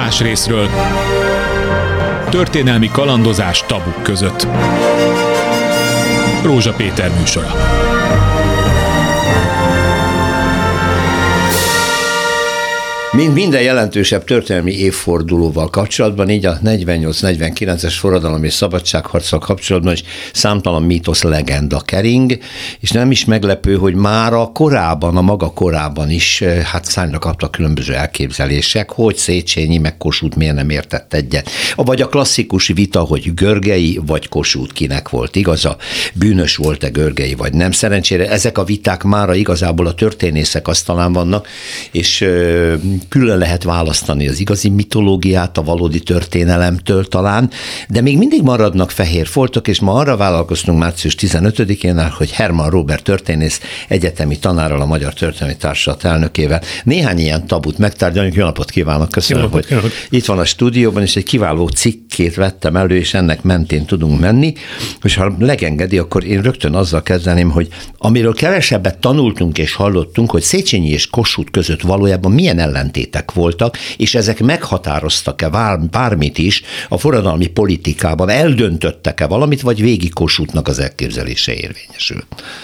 Másrészről történelmi kalandozás tabuk között. Rózsa Péter műsora. Mint minden jelentősebb történelmi évfordulóval kapcsolatban, így a 48-49-es forradalom és szabadságharccal kapcsolatban is számtalan mítosz, legenda kering, és nem is meglepő, hogy már a maga korában is szárnyra kaptak különböző elképzelések, hogy Széchenyi meg Kossuth miért nem értett egyet. Vagy a klasszikus vita, hogy Görgei vagy Kossuth kinek volt igaza, bűnös volt-e Görgei vagy nem. Szerencsére ezek a viták mára igazából a történészek asztalán vannak, és külön lehet választani az igazi mitológiát a valódi történelemtől talán, de még mindig maradnak fehér foltok, és ma arra vállalkoztunk március 15-én, hogy Hermann Róbert történész egyetemi tanárral, a Magyar Történelmi Társulat elnökével néhány ilyen tabut megtárgyaljuk. Jó napot kívánok, köszönöm, hogy itt van a stúdióban, és egy kiváló cikkét vettem elő, és ennek mentén tudunk menni, és ha legengedi, akkor én rögtön azzal kezdeném, hogy amiről kevesebbet tanultunk és hallottunk, hogy Széchenyi és Kossuth között valójában milyen ellentétek voltak, és ezek meghatároztak-e bármit is a forradalmi politikában, eldöntöttek-e valamit, vagy végig Kossuthnak az elképzelése érvényesült?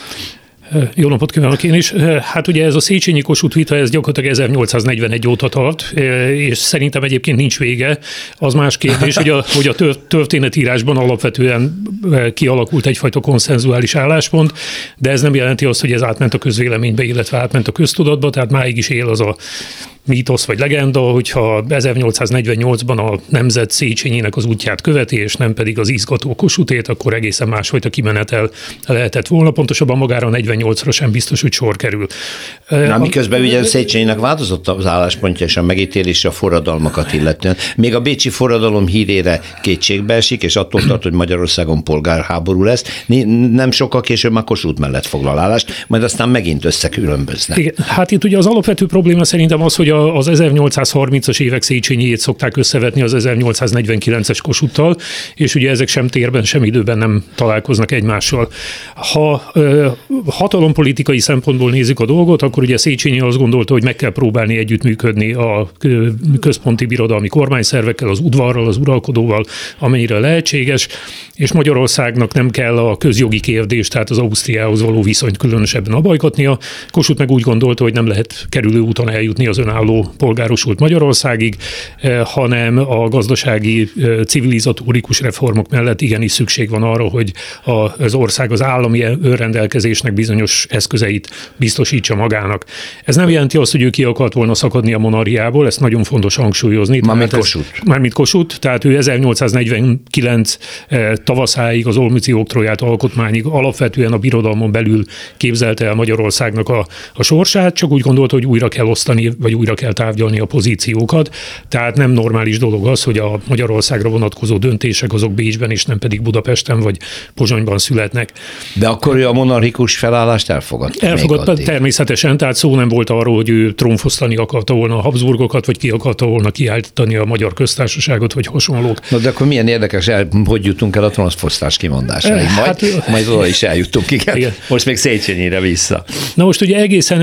Jó napot kívánok én is. Hát ugye ez a Széchenyi-Kossuth vita, ez gyakorlatilag 1841 óta tart, és szerintem egyébként nincs vége. Az más kérdés, hogy a történetírásban alapvetően kialakult egyfajta konszenzuális álláspont, de ez nem jelenti azt, hogy ez átment a közvéleménybe, illetve átment a köztudatba, tehát máig is él az a mítosz vagy legenda, hogyha 1848-ban a nemzet Széchenyinek az útját követi, és nem pedig az izgató Kossuthét, akkor egészen másfajta kimenetel lehetett volna. Pontosabban magára 48-ra sem biztos, hogy sor kerül. Miközben ugye Széchenyinek változott az álláspontja és a megítélése a forradalmakat illetően. Még a bécsi forradalom hírére kétségbe esik, és attól tart, hogy Magyarországon polgárháború lesz. Nem sokkal később már Kossuth mellett foglal állást, majd aztán megint összekülönböznek. Igen, hát itt ugye az alapvető probléma szerintem az, hogy az 1830-as évek Széchenyijét szokták összevetni az 1849-es Kossuthtal, és ugye ezek sem térben, sem időben nem találkoznak egymással. Ha hatalompolitikai szempontból nézzük a dolgot, akkor ugye Széchenyi azt gondolta, hogy meg kell próbálni együttműködni a központi birodalmi kormányszervekkel, az udvarral, az uralkodóval, amennyire lehetséges, és Magyarországnak nem kell a közjogi kérdést, tehát az Ausztriához való viszonyt különösebben abajgatnia. Kossuth meg úgy gondolta, hogy nem lehet kerülő úton eljutni az önálló polgárosult Magyarországig, hanem a gazdasági civilizatórikus reformok mellett igenis szükség van arra, hogy az ország az állami önrendelkezésnek bizonyos eszközeit biztosítsa magának. Ez nem jelenti azt, hogy ő ki akart volna szakadni a monarchiából, ezt nagyon fontos hangsúlyozni. Mármint Kossuth, tehát ő 1849 tavaszáig, az Olmützi oktroját alkotmányig alapvetően a birodalmon belül képzelte el Magyarországnak a sorsát, csak úgy gondolta, hogy újra kell osztani, vagy újra kell tárgyalni a pozíciókat. Tehát nem normális dolog az, hogy a Magyarországra vonatkozó döntések azok Bécsben és nem pedig Budapesten vagy Pozsonyban születnek. De akkor ő a monarchikus felállást elfogadta? Elfogadta természetesen, tehát szó nem volt arról, hogy ő trónfosztani akarta volna a Habsburgokat, vagy ki akarta volna kiállítani a Magyar Köztársaságot, vagy hasonlók. Na de akkor milyen érdekes, hogy jutunk el a trónfosztás kimondásáig. Majd oda is eljutunk, igen. Most még Széchenyire vissza. Na most ugye egészen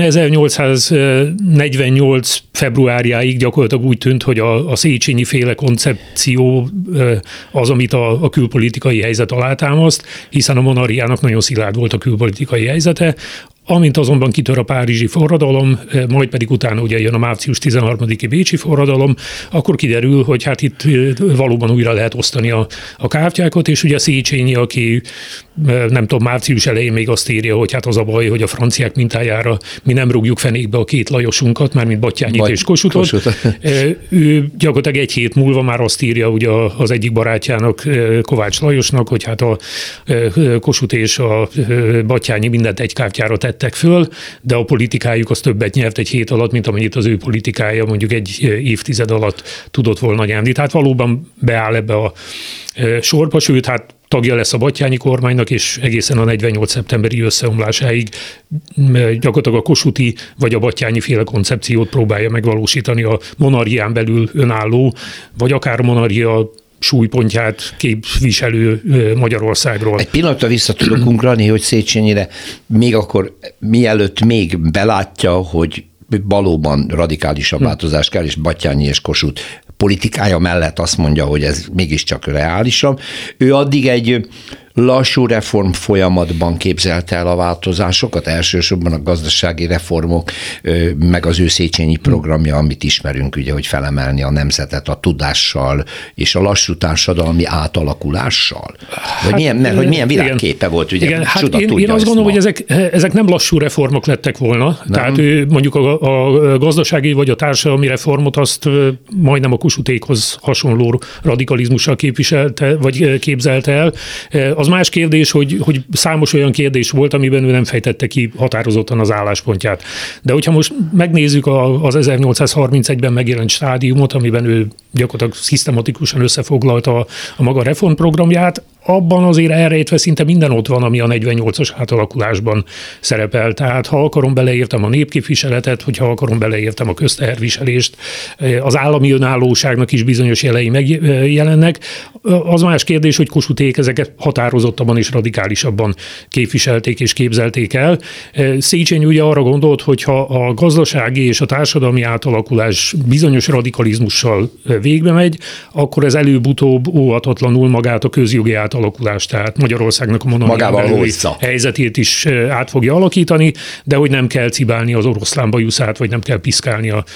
1848 februárjáig gyakorlatilag úgy tűnt, hogy a Széchenyi féle koncepció az, amit a külpolitikai helyzet alátámaszt, hiszen a monarchiának nagyon szilárd volt a külpolitikai helyzete. Amint azonban kitör a párizsi forradalom, majd pedig utána ugye jön a március 13-i bécsi forradalom, akkor kiderül, hogy hát itt valóban újra lehet osztani a kártyákat, és ugye Széchenyi, aki nem tudom, március elején még azt írja, hogy hát az a baj, hogy a franciák mintájára mi nem rúgjuk fenékbe a két Lajosunkat, mármint Batthyányt és Kossuthot. Ő gyakorlatilag egy hét múlva már azt írja ugye az egyik barátjának, Kovács Lajosnak, hogy hát a Kossuth és a Batthyány mindent egy kártyára tettek föl, de a politikájuk az többet nyert egy hét alatt, mint amennyit az ő politikája mondjuk egy évtized alatt tudott volna nyerni. Tehát valóban beáll ebbe a sorba, sőt, hát tagja lesz a Batthyányi kormánynak, és egészen a 48. szeptemberi összeomlásáig gyakorlatilag a kossuthi vagy a Batthyányi féle koncepciót próbálja megvalósítani a monarchián belül önálló, vagy akár a monarchia súlypontját képviselő Magyarországról. Egy pillanatra vissza tudok ugrani, hogy Széchenyire még akkor, mielőtt még belátja, hogy valóban radikálisabb változást kell, és Batthyány és Kossuth politikája mellett azt mondja, hogy ez mégiscsak reálisabb. Ő addig egy lassú reform folyamatban képzelte el a változásokat, elsősorban a gazdasági reformok, meg az ő Széchenyi programja, amit ismerünk, ugye, hogy felemelni a nemzetet a tudással és a lassú társadalmi átalakulással. Hogy milyen világképe volt, ugye? Igen, én azt gondolom, hogy ezek nem lassú reformok lettek volna. Nem. Tehát ő mondjuk a gazdasági vagy a társadalmi reformot azt majdnem a Kossuthékhoz hasonló radikalizmussal képviselte, vagy képzelte el. Az más kérdés, hogy számos olyan kérdés volt, amiben ő nem fejtette ki határozottan az álláspontját. De hogyha most megnézzük az 1831-ben megjelent stádiumot, amiben ő gyakorlatilag szisztematikusan összefoglalta a maga reformprogramját, abban azért elrejtve szinte minden ott van, ami a 48-as átalakulásban szerepel. Tehát ha akarom, beleértem a népképviseletet, hogyha akarom, beleértem a közteherviselést, az állami önállóságnak is bizonyos jelei megjelennek. Az más kérdés, hogy Kossuthék ezeket határozottabban és radikálisabban képviselték és képzelték el. Széchenyi ugye arra gondolt, hogy ha a gazdasági és a társadalmi átalakulás bizonyos radikalizmussal végbe megy, akkor ez előbb-utóbb óhatatlanul magát a közjogi átalakulást, tehát Magyarországnak a monarchiai helyzetét is át fogja alakítani, de hogy nem kell cibálni az oroszlán bajuszát, vagy nem kell piszkálni a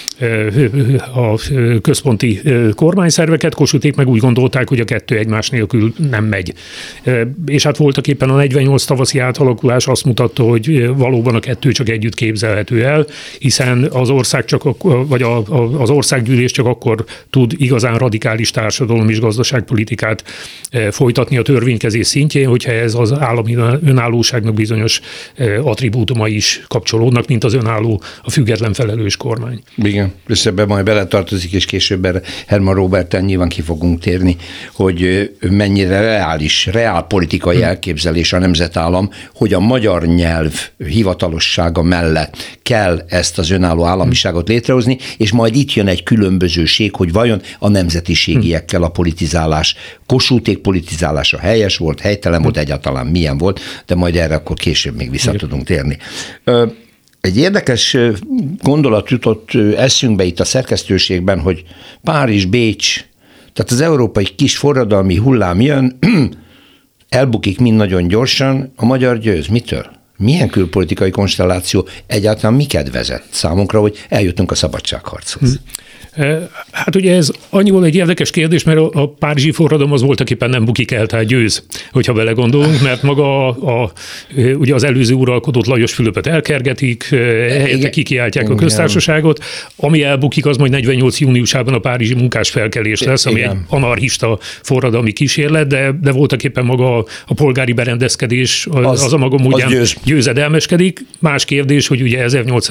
központi kormányszerveket. Kossuthék meg úgy gondolták, hogy a kettő egymás nélkül nem megy. És hát voltak éppen a 48 tavaszi átalakulás azt mutatta, hogy valóban a kettő csak együtt képzelhető el, hiszen az ország vagy az országgyűlés csak akkor tud igazán radikális társadalom és gazdaságpolitikát folytatni a törvénykezés szintjén, hogyha ez az állami önállóságnak bizonyos attribútumai is kapcsolódnak, mint az önálló, a független felelős kormány. Igen, és ebben majd beletartozik, és később erre Hermann Roberten nyilván ki fogunk térni, hogy mennyire reál politikai elképzelés a nemzetállam, hogy a magyar nyelv hivatalossága mellett kell ezt az önálló államiságot létrehozni, és majd itt jön egy különbözőség, hogy vajon a nemzetiségiekkel a politizálás, Kossuthék politizálása helyes volt, helytelen volt, egyáltalán milyen volt, de majd erre akkor később még vissza tudunk térni. Egy érdekes gondolat jutott eszünkbe itt a szerkesztőségben, hogy Párizs, Bécs, tehát az európai kis forradalmi hullám jön, elbukik mind nagyon gyorsan, a magyar győz. Mitől? Milyen külpolitikai konstelláció egyáltalán miket vezet számunkra, hogy eljutunk a szabadságharchoz? Hát ugye ez annyiból egy érdekes kérdés, mert a párizsi forradalom az voltaképpen nem bukik el, tehát győz, hogyha belegondolunk, mert maga ugye az előző uralkodót, Lajos Fülöpöt elkergetik, helyette kikiáltják a köztársaságot, ami elbukik, az majd 48. júniusában a párizsi munkásfelkelés lesz, ami egy anarchista forradalmi kísérlet, de voltaképpen maga a polgári berendezkedés az a maga módján győzedelmeskedik. Más kérdés, hogy ugye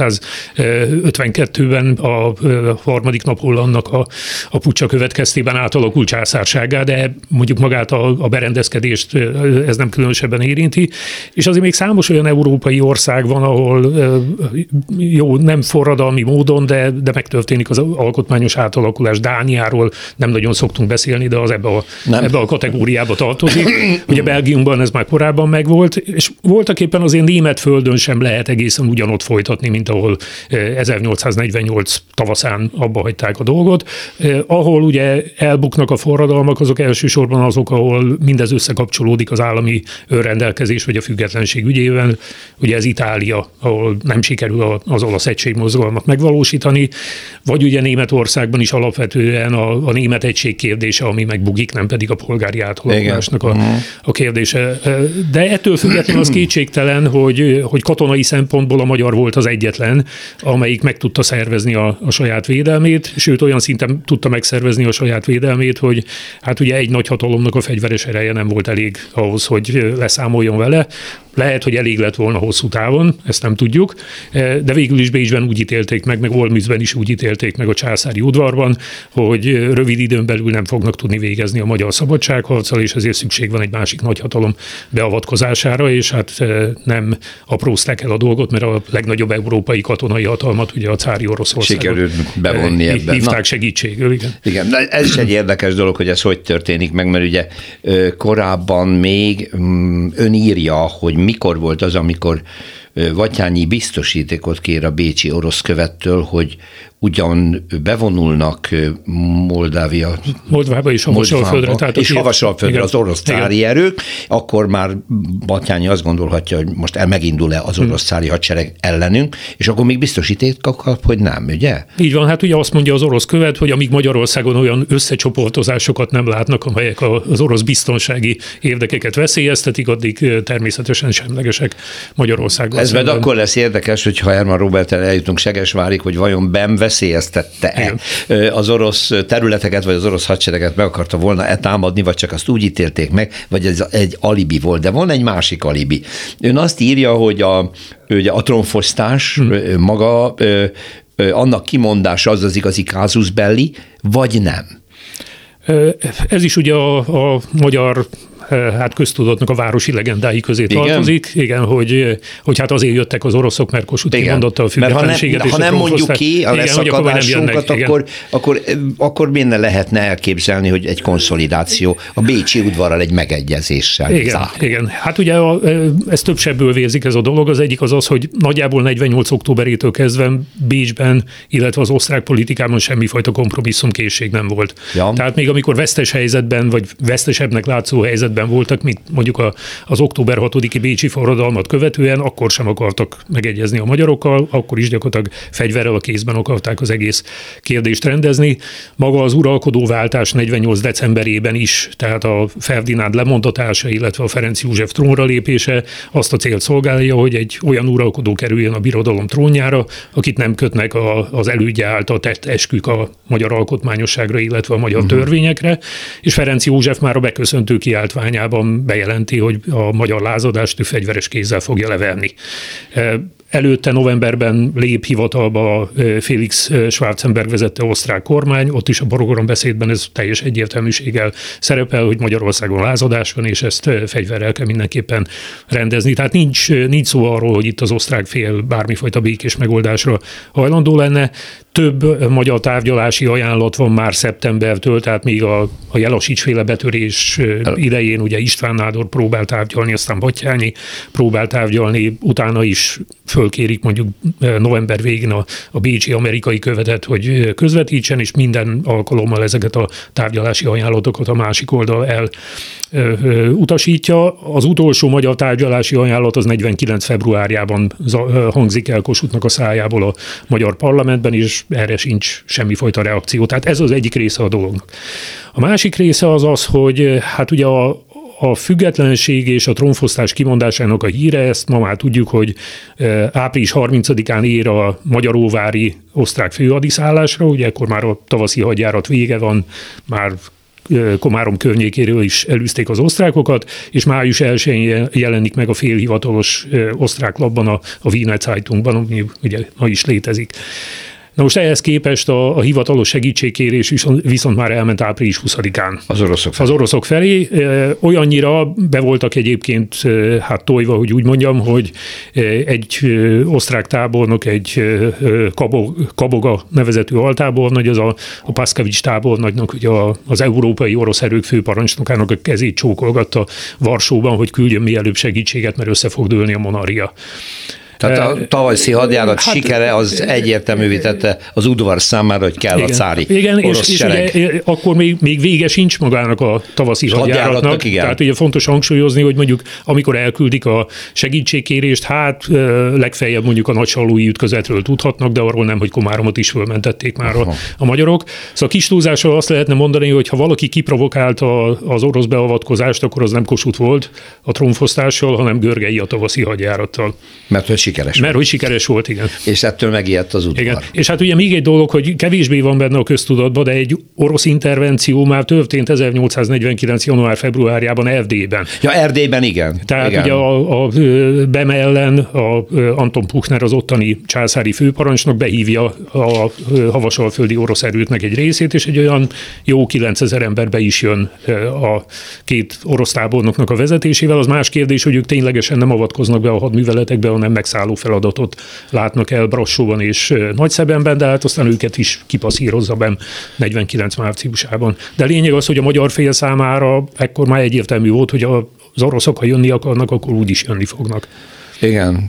1852-ben a harmadik Napóleonnak a puccsa következtében átalakult császársággá, de mondjuk magát a berendezkedést ez nem különösebben érinti. És azért még számos olyan európai ország van, ahol jó, nem forradalmi módon, de megtörténik az alkotmányos átalakulás. Dániáról nem nagyon szoktunk beszélni, de az ebbe a kategóriába tartozik. Ugye Belgiumban ez már korábban megvolt, és voltaképpen azért német földön sem lehet egészen ugyanott folytatni, mint ahol 1848 tavaszán abba hagyták a dolgot. Ahol ugye elbuknak a forradalmak, azok elsősorban azok, ahol mindez összekapcsolódik az állami önrendelkezés vagy a függetlenség ügyében. Ugye ez Itália, ahol nem sikerül az olasz egységmozgalmat megvalósítani, vagy ugye Németországban is alapvetően a német egység kérdése, ami megbugik, nem pedig a polgári átalakulásnak a kérdése. De ettől függetlenül az kétségtelen, hogy katonai szempontból a magyar volt az egyetlen, amelyik meg tudta szervezni a saját védelmét, sőt olyan szinten tudta megszervezni a saját védelmét, hogy hát ugye egy nagyhatalomnak a fegyveres ereje nem volt elég ahhoz, hogy leszámoljon vele. Lehet, hogy elég lett volna hosszú távon, ezt nem tudjuk, de végül is Bécsben úgy ítélték meg Olmützben is úgy ítélték meg a császári udvarban, hogy rövid időn belül nem fognak tudni végezni a magyar szabadságharccal, és ezért szükség van egy másik nagyhatalom beavatkozására, és hát nem aprózták el a dolgot, mert a legnagyobb európai katonai hatalmat, ugye a cári Oroszországot sikerült bevonni ebben. Hívták segítségül, igen. Igen, de ez is egy érdekes dolog, hogy ez hogy történik meg, mert ugye korábban még ön írja, hogy mikor volt az, amikor Vatyányi biztosítékot kér a bécsi orosz követtől, hogy ugyan bevonulnak Moldávába és Havasalföldre. És Havasalföldre az orosz cári erők, akkor már Batthyány azt gondolhatja, hogy most megindul-e az orosz cári hadsereg ellenünk, és akkor még biztosítékot kap, hogy nem, ugye? Így van, hát ugye azt mondja az orosz követ, hogy amíg Magyarországon olyan összecsoportozásokat nem látnak, amelyek az orosz biztonsági érdekeket veszélyeztetik, addig természetesen semlegesek Magyarországgal. Ez meg akkor lesz érdekes, hogyha Herman Roberttel eljutunk Segesvárig, hogy vajon veszélyeztette-e az orosz területeket, vagy az orosz hadsereget meg akarta volna támadni, vagy csak azt úgy ítélték meg, vagy ez egy alibi volt. De van egy másik alibi. Ön azt írja, hogy a trónfosztás maga, annak kimondása az igazi casus belli, vagy nem? Ez is ugye a magyar köztudatnak a városi legendái közé tartozik. Igen, hogy hát azért jöttek az oroszok, mert Kossuth kimondotta a függetlenséget. Ha nem mondjuk ki a leszakadásunkat, akkor miért lehetne elképzelni, hogy egy konszolidáció a bécsi udvarral egy megegyezéssel. Igen. Hát ugye ez több sebből vérzik ez a dolog. Az egyik az, hogy nagyjából 48. októberétől kezdve Bécsben, illetve az osztrák politikában semmifajta kompromisszumkészség nem volt. Ja. Tehát még amikor vesztes helyzetben, vagy vesztesebbnek látszó helyzetben voltak, mint mondjuk az október 6-i bécsi forradalmat követően, akkor sem akartak megegyezni a magyarokkal, akkor is gyakorlatilag fegyverrel a kézben akarták az egész kérdést rendezni. Maga az uralkodóváltás 48. decemberében is, tehát a Ferdinánd lemondatása, illetve a Ferenc József trónra lépése azt a célt szolgálja, hogy egy olyan uralkodó kerüljön a birodalom trónjára, akit nem kötnek az elődje által tett eskük a magyar alkotmányosságra, illetve a magyar törvényekre, és Ferenc József már a beköszöntő kiáltványában bejelenti, hogy a magyar lázadást fegyveres kézzel fogja leverni. Előtte novemberben lép hivatalba Felix Schwarzenberg vezette osztrák kormány, ott is a programbeszédben ez teljes egyértelműséggel szerepel, hogy Magyarországon lázadás van, és ezt fegyverrel kell mindenképpen rendezni. Tehát nincs szó arról, hogy itt az osztrák fél bármifajta békés megoldásra hajlandó lenne. Több magyar tárgyalási ajánlat van már szeptembertől, tehát még a Jelasics-féle betörés idején ugye István Nádor próbál tárgyalni, aztán Batthyány próbál tárgyalni, utána is fölkérik mondjuk november végén a bécsi amerikai követet, hogy közvetítsen, és minden alkalommal ezeket a tárgyalási ajánlatokat a másik oldal utasítja. Az utolsó magyar tárgyalási ajánlat az 49. februárjában hangzik el Kossuthnak a szájából a magyar parlamentben, és erre sincs semmifajta reakció. Tehát ez az egyik része a dolognak. A másik része az, hogy hát ugye a függetlenség és a trónfosztás kimondásának a híre, ezt ma már tudjuk, hogy április 30-án ér a magyaróvári osztrák főhadiszállásra, ugye ekkor már a tavaszi hadjárat vége van, már Komárom környékéről is elűzték az osztrákokat, és május 1-én jelenik meg a félhivatalos osztrák lapban, a Wiener Zeitungban, ami ugye ma is létezik. Na most ehhez képest a hivatalos segítségkérés viszont már elment április 20-án. Az oroszok felé. Olyannyira be voltak egyébként tojva, hogy úgy mondjam, hogy egy osztrák tábornok, egy Kaboga nevezetű altábornagy, az a Paszkavics tábornagynak, ugye az európai orosz erők főparancsnokának a kezét csókolgatta Varsóban, hogy küldjön mielőbb segítséget, mert össze fog dőlni a monarchia. Tehát a tavaszi hadjárat sikere az egyértelművé tette az udvar számára, hogy kell a cári orosz sereg. És ugye, akkor még vége sincs magának a tavaszi hadjáratnak. Tehát ugye fontos hangsúlyozni, hogy mondjuk amikor elküldik a segítségkérést, legfeljebb mondjuk a nagysallói ütközetről tudhatnak, de arról nem, hogy Komáromot is fölmentették már a magyarok. Szóval kis túlzással azt lehetne mondani, hogy ha valaki kiprovokálta az orosz beavatkozást, akkor az nem Kossuth volt a trónfosztással, hanem Görgei a tavaszi hadjárattal. Mert hogy sikeres volt, igen. És ettől megijedt az udvar. Igen. És hát ugye még egy dolog, hogy kevésbé van benne a köztudatban, de egy orosz intervenció már történt 1849. január-februárjában Erdélyben. Ja, Erdélyben igen. Tehát igen. Ugye a Bem ellen Anton Puchner, az ottani császári főparancsnok behívja a havasalföldi orosz erőknek egy részét, és egy olyan jó 9000 ember be is jön a két orosz tábornoknak a vezetésével. Az más kérdés, hogy ők ténylegesen nem avatkoznak be a hadműveletekbe, hanem megszálló feladatot látnak el Brassóban és Nagyszebenben, de hát aztán őket is kipasszírozza Bem 49 márciusában. De lényeg az, hogy a magyar fél számára ekkor már egyértelmű volt, hogy az oroszok, ha jönni akarnak, akkor úgy is jönni fognak. Igen.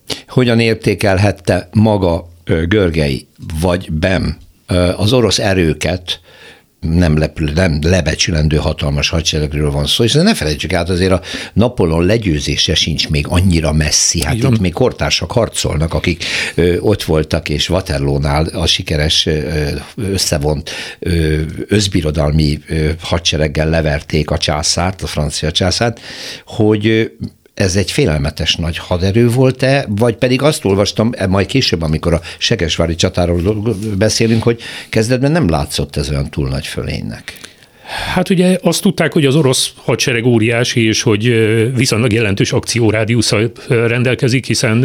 Hogyan értékelhette maga Görgei vagy Bem az orosz erőket, nem lebecsülendő hatalmas hadseregről van szó, és ne felejtsük át, azért a Napóleon legyőzése sincs még annyira messzi. Hát itt még kortársak harcolnak, akik ott voltak, és Waterloo-nál a sikeres összevont özbirodalmi hadsereggel leverték a császárt, a francia császárt, hogy ez egy félelmetes nagy haderő volt-e, vagy pedig azt olvastam, majd később, amikor a segesvári csatáról beszélünk, hogy kezdetben nem látszott ez olyan túl nagy fölénynek. Hát ugye azt tudták, hogy az orosz hadsereg óriási, és hogy viszonylag jelentős akciórádiusszal rendelkezik, hiszen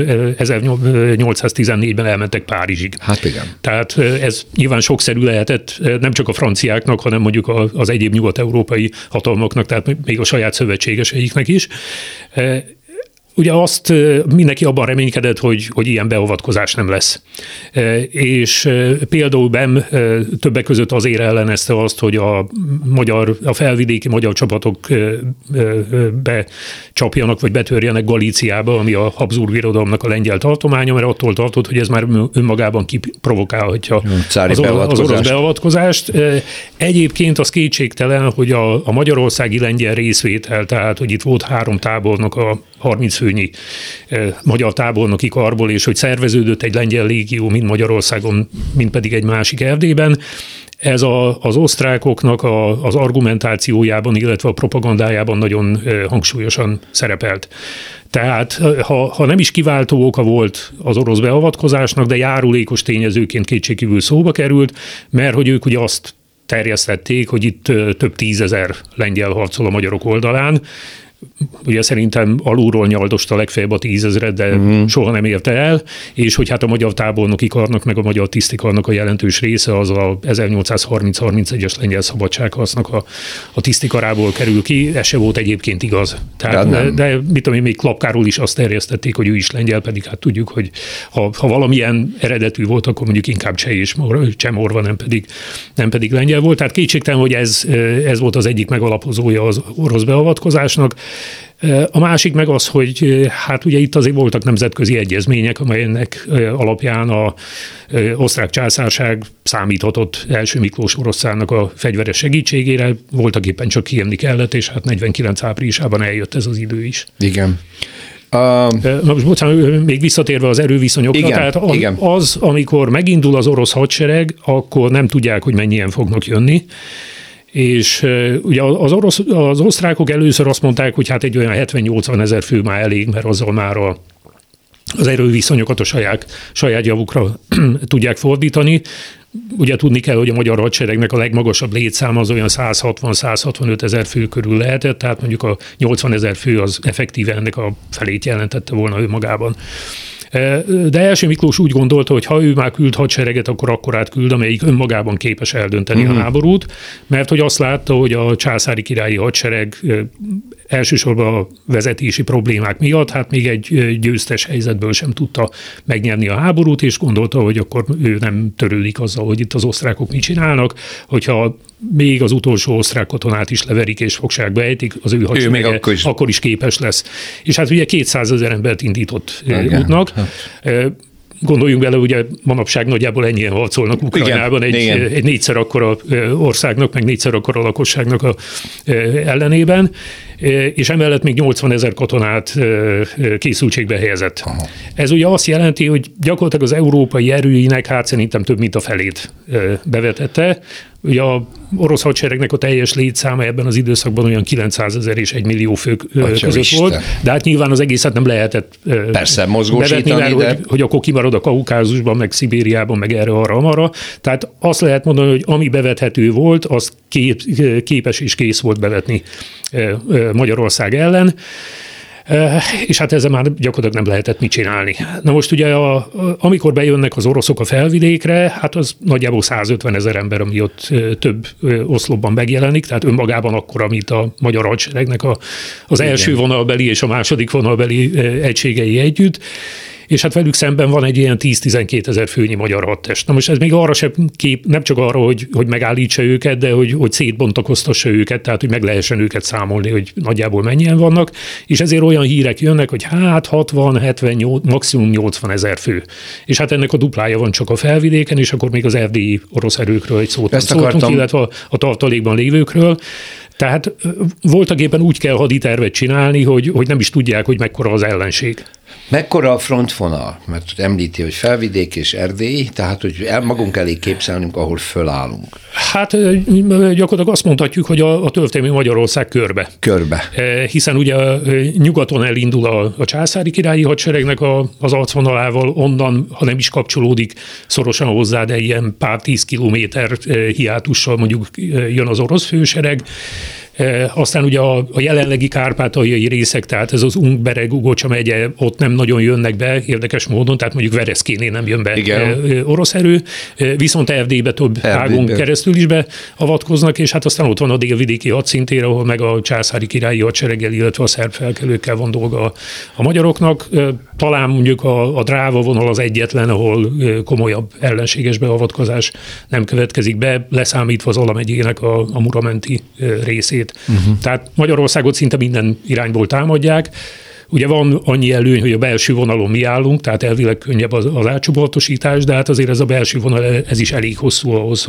1814-ben elmentek Párizsig. Hát igen. Tehát ez nyilván sokszerű lehetett nem csak a franciáknak, hanem mondjuk az egyéb nyugat-európai hatalmaknak, tehát még a saját szövetségeseiknek is. Ugye azt mindenki abban reménykedett, hogy ilyen beavatkozás nem lesz. És például Bem többek között azért ellenezte azt, hogy a felvidéki magyar csapatok becsapjanak, vagy betörjenek Galíciába, ami a Habsburg Birodalomnak a lengyel tartománya, mert attól tartott, hogy ez már önmagában kiprovokálhatja az orosz beavatkozást. Egyébként az kétségtelen, hogy a magyarországi lengyel részvétel, tehát hogy itt volt 3 tábornok a 30 főnyi magyar tábornoki karból, és hogy szerveződött egy lengyel légió mind Magyarországon, mind pedig egy másik Erdélyben. Ez az osztrákoknak az argumentációjában, illetve a propagandájában nagyon hangsúlyosan szerepelt. Tehát ha nem is kiváltó oka volt az orosz beavatkozásnak, de járulékos tényezőként kétségkívül szóba került, mert hogy ők ugye azt terjesztették, hogy itt több 10 000 lengyel harcol a magyarok oldalán. Ugye szerintem alulról nyaldosta legfeljebb a 10 000, de soha nem érte el, és hogy hát a magyar tábornoki karnak, meg a magyar tisztikarnak a jelentős része az a 1830-31-es lengyel szabadságharcnak a tisztikarából kerül ki, ez se volt egyébként igaz. Tehát, de mit tudom én, még Klapkáról is azt terjesztették, hogy ő is lengyel, pedig hát tudjuk, hogy ha valamilyen eredetű volt, akkor mondjuk inkább Cseh-morva, nem pedig lengyel volt. Tehát kétségtelen, hogy ez volt az egyik megalapozója az orosz beavatkozásnak. A másik meg az, hogy hát ugye itt azért voltak nemzetközi egyezmények, amelynek alapján az osztrák császárság számíthatott első Miklós oroszának a fegyveres segítségére, voltak éppen csak kijönni kellett, és hát 49 áprilisában eljött ez az idő is. Igen. Na most bocsánat, még visszatérve az erőviszonyokra, igen, tehát igen. Az, amikor megindul az orosz hadsereg, akkor nem tudják, hogy mennyien fognak jönni, és ugye az osztrákok először azt mondták, hogy hát egy olyan 70-80 ezer fő már elég, mert azzal már az erőviszonyokat a saját javukra tudják fordítani. Ugye tudni kell, hogy a magyar hadseregnek a legmagasabb létszáma az olyan 160-165 ezer fő körül lehetett, tehát mondjuk a 80 ezer fő az effektíve ennek a felét jelentette volna önmagában. De első Miklós úgy gondolta, hogy ha ő már küld hadsereget, akkor akkorát küld, amelyik önmagában képes eldönteni a háborút, mert hogy azt látta, hogy a császári királyi hadsereg elsősorban a vezetési problémák miatt, hát még egy győztes helyzetből sem tudta megnyerni a háborút, és gondolta, hogy akkor ő nem törődik azzal, hogy itt az osztrákok mit csinálnak, hogyha még az utolsó osztrák katonát is leverik és fogságba ejtik, az ő hadserege akkor is képes lesz. És hát ugye 200 000 embert indított útnak. Gondoljunk bele, ugye manapság nagyjából ennyien harcolnak Ukrajnában egy 4-szer akkora országnak, meg 4-szer akkora lakosságnak ellenében, és emellett még 80 000 katonát készültségbe helyezett. Aha. Ez ugye azt jelenti, hogy gyakorlatilag az európai erőinek hát szerintem több mint a felét bevetette. Ugye a orosz hadseregnek a teljes létszáma ebben az időszakban olyan 900 000 és 1 millió fő között volt, de hát nyilván az egészet nem lehetett bevetni, mert hogy akkor kimarad a Kaukázusban, meg Szibériában, meg erre-arra. Tehát azt lehet mondani, hogy ami bevethető volt, az képes és kész volt bevetni Magyarország ellen, és hát ezzel már gyakorlatilag nem lehetett mit csinálni. Na most ugye, amikor bejönnek az oroszok a felvidékre, hát az nagyjából 150 000 ember, ami ott több oszlopban megjelenik, tehát önmagában akkora, mint a magyar hadseregnek az első vonalbeli és a második vonalbeli egységei együtt. és hát velük szemben van egy ilyen 10-12 ezer főnyi magyar hadtest. Na most ez még arra sem nem csak arra, hogy megállítsa őket, de hogy szétbontakoztassa őket, tehát hogy meg lehessen őket számolni, hogy nagyjából mennyien vannak, és ezért olyan hírek jönnek, hogy hát 60, 70, maximum 80 ezer fő. És hát ennek a duplája van csak a felvidéken, és akkor még az erdélyi orosz erőkről egy szót szóltunk, illetve a tartalékban lévőkről. Tehát voltak éppen úgy kell haditervet csinálni, hogy nem is tudják, hogy mekkora az ellenség. Mekkora a frontvonal? Mert említi, hogy felvidék és Erdély, tehát hogy magunk elé képzelnünk, ahol fölállunk. Hát gyakorlatilag azt mondhatjuk, hogy a történelmi Magyarország körbe. Hiszen ugye nyugaton elindul a császári királyi hadseregnek az arcvonalával, onnan, ha nem is kapcsolódik szorosan hozzá, de ilyen pár 10 kilométer hiátussal mondjuk jön az orosz fősereg. Aztán ugye a jelenlegi kárpátaljai részek, tehát ez az Ungbereg, Ugocsa megye, ott nem nagyon jönnek be érdekes módon, tehát mondjuk Vereszkénél nem jön be orosz erő, viszont Erdélybe több ágon keresztül is beavatkoznak, és hát aztán ott van a délvidéki hadszintér, ahol meg a császári királyi hadsereggel, illetve a szerb felkelőkkel van dolga a magyaroknak. Talán mondjuk a Dráva vonal az egyetlen, ahol komolyabb ellenséges beavatkozás nem következik be, leszámítva az Ala megyének a Muramenti részét. Tehát Magyarországot szinte minden irányból támadják. Ugye van annyi előny, hogy a belső vonalon mi állunk, tehát elvileg könnyebb az átcsoportosítás, de hát azért ez a belső vonal, ez is elég hosszú ahhoz,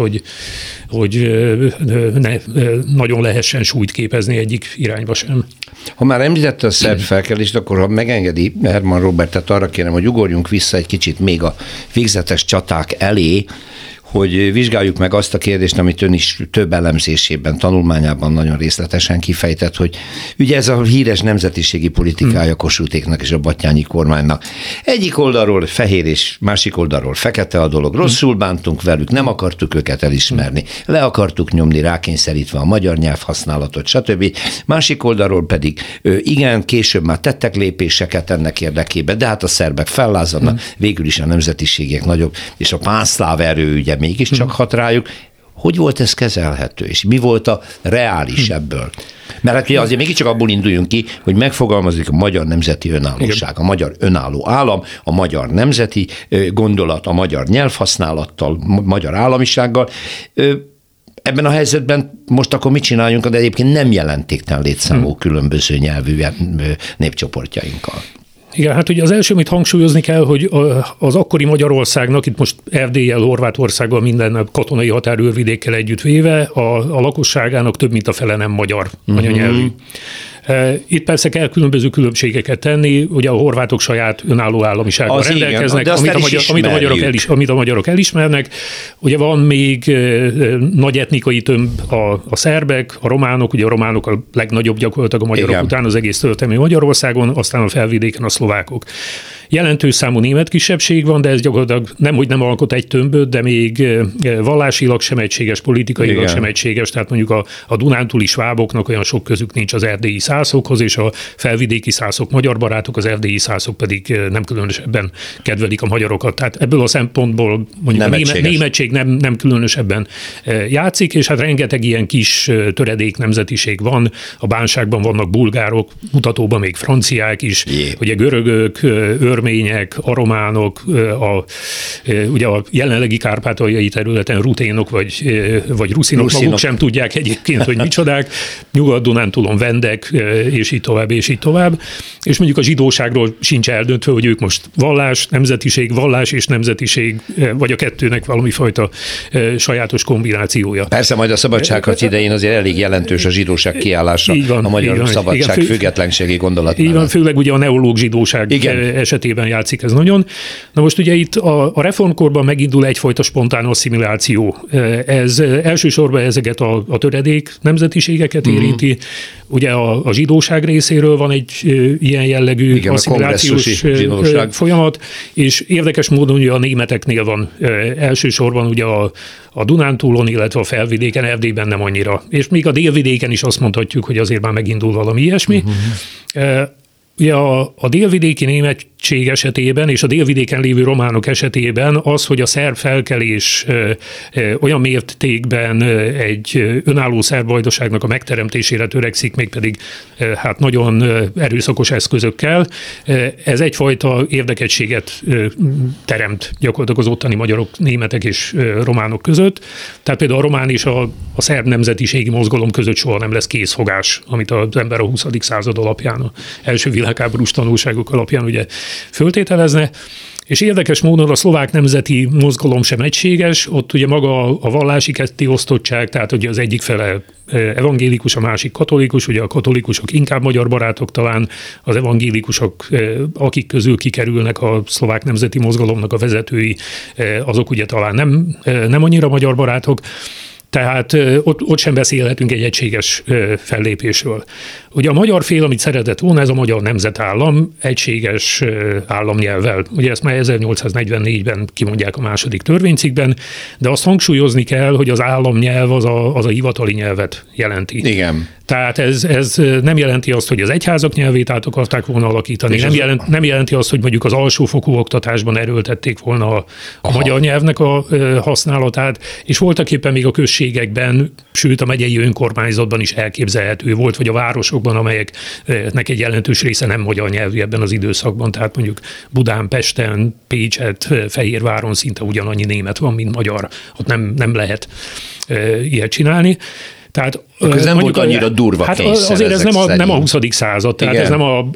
hogy ne nagyon lehessen súlyt képezni egyik irányba sem. Ha már említette a szerb felkelést, akkor ha megengedi Herman Robertet, arra kérem, hogy ugorjunk vissza egy kicsit még a végzetes csaták elé, hogy vizsgáljuk meg azt a kérdést, amit ön is több elemzésében, tanulmányában nagyon részletesen kifejtett, hogy ugye ez a híres nemzetiségi politikája Kossuthéknak és a Batthyány kormánynak. Egyik oldalról fehér és másik oldalról fekete a dolog, rosszul bántunk velük, nem akartuk őket elismerni, le akartuk nyomni, rákényszerítve a magyar nyelvhasználatot, stb. Másik oldalról pedig igen, később már tettek lépéseket ennek érdekében, de hát a szerbek fellázadnak, végül is a nemzetiségek nagyobb, és a pánszláv erő ugye mégiscsak hat rájuk. Hogy volt ez kezelhető, és mi volt a reális ebből? Mert hát azért mégiscsak abból induljunk ki, hogy megfogalmazik a magyar nemzeti önállóság, a magyar önálló állam, a magyar nemzeti gondolat, a magyar nyelvhasználattal, magyar államisággal. Ebben a helyzetben most akkor mit csináljunk, de egyébként nem jelentéktelen létszámú különböző nyelvű népcsoportjainkkal? Igen, hát ugye az első, amit hangsúlyozni kell, hogy az akkori Magyarországnak, itt most Erdéllyel, Horvátországgal, minden katonai határőrvidékkel együttvéve, a lakosságának több mint a fele nem magyar anyanyelvű. Itt persze kell különböző különbségeket tenni, ugye a horvátok saját önálló államisággal rendelkeznek, amit a magyarok elismernek. Ugye van még nagy etnikai tömb a szerbek, a románok, ugye a románok a legnagyobb gyakorlatilag a magyarok után az egész történelmi Magyarországon, aztán a felvidéken a szlovákok. Jelentős számú német kisebbség van, de ez gyakorlatilag nemhogy nem alkot egy tömböt, de még vallásilag sem egységes, politikailag sem egységes, tehát mondjuk a dunántúli sváboknak olyan sok közük nincs az erdélyi szászokhoz, és a felvidéki szászok magyar barátok, az erdélyi szászok pedig nem különösebben kedvelik a magyarokat. Tehát ebből a szempontból mondjuk a németség nem különösebben játszik, és hát rengeteg ilyen kis töredék nemzetiség van. A bánságban vannak bulgárok, mutatóban még franciák is, ugye görögök, örmények, arománok, ugye a jelenlegi kárpátaljai területen ruténok vagy ruszinok, maguk sem tudják egyébként, hogy micsodák, Nyugat-Dunántúlon vendek, és így tovább, és így tovább. És mondjuk a zsidóságról sincs eldöntve, hogy ők most vallás és nemzetiség, vagy a kettőnek valami fajta sajátos kombinációja. Persze majd a szabadságharc idején azért elég jelentős a zsidóság kiállása a magyar szabadság függetlenségi gondolat. Így van, főleg ugye a neológ zsidóság esetében játszik ez nagyon. Na most ugye itt a reformkorban megindul egyfajta spontán asszimiláció. Ez elsősorban ezeket a töredék nemzetiségeket érinti. Ugye a zsidóság részéről van egy ilyen jellegű asszimilációs folyamat, és érdekes módon ugye a németeknél van elsősorban ugye a Dunántúlon, illetve a felvidéken, Erdélyben nem annyira. És még a délvidéken is azt mondhatjuk, hogy azért már megindul valami ilyesmi. ugye a délvidéki németség esetében és a délvidéken lévő románok esetében az, hogy a szerb felkelés olyan mértékben egy önálló szerb vajdaságnak a megteremtésére törekszik, mégpedig hát nagyon erőszakos eszközökkel, ez egyfajta érdekegységet teremt gyakorlatilag az ottani magyarok, németek és románok között. Tehát például a román és a szerb nemzetiségi mozgalom között soha nem lesz készfogás, amit az ember a 20. század alapján, az első világháborús tanulságok alapján ugye föltételezne. És érdekes módon a szlovák nemzeti mozgalom sem egységes, ott ugye maga a vallási kettéosztottság, tehát ugye az egyik fele evangélikus, a másik katolikus, ugye a katolikusok inkább magyar barátok, talán az evangélikusok, akik közül kikerülnek a szlovák nemzeti mozgalomnak a vezetői, azok ugye talán nem annyira magyar barátok. Tehát ott sem beszélhetünk egy egységes fellépésről. Ugye a magyar fél, amit szeretett volna, ez a magyar nemzetállam egységes államnyelvvel. Ugye ezt már 1844-ben kimondják a második törvénycikkben, de azt hangsúlyozni kell, hogy az államnyelv az a hivatali nyelvet jelenti. Igen. Tehát ez nem jelenti azt, hogy az egyházak nyelvét át akarták volna alakítani, nem jelenti azt, hogy mondjuk az alsófokú oktatásban erőltették volna a magyar nyelvnek a használatát, és voltak éppen még a községekben, sőt a megyei önkormányzatban is elképzelhető volt, vagy a városokban, amelyeknek egy jelentős része nem magyar nyelvű ebben az időszakban, tehát mondjuk Budán, Pesten, Pécset, Fehérváron szinte ugyanannyi német van, mint magyar. Ott nem lehet ilyet csinálni. Tehát, ez nem volt annyira durva kényszer. Azért ez nem a 20. század, tehát igen. Ez nem a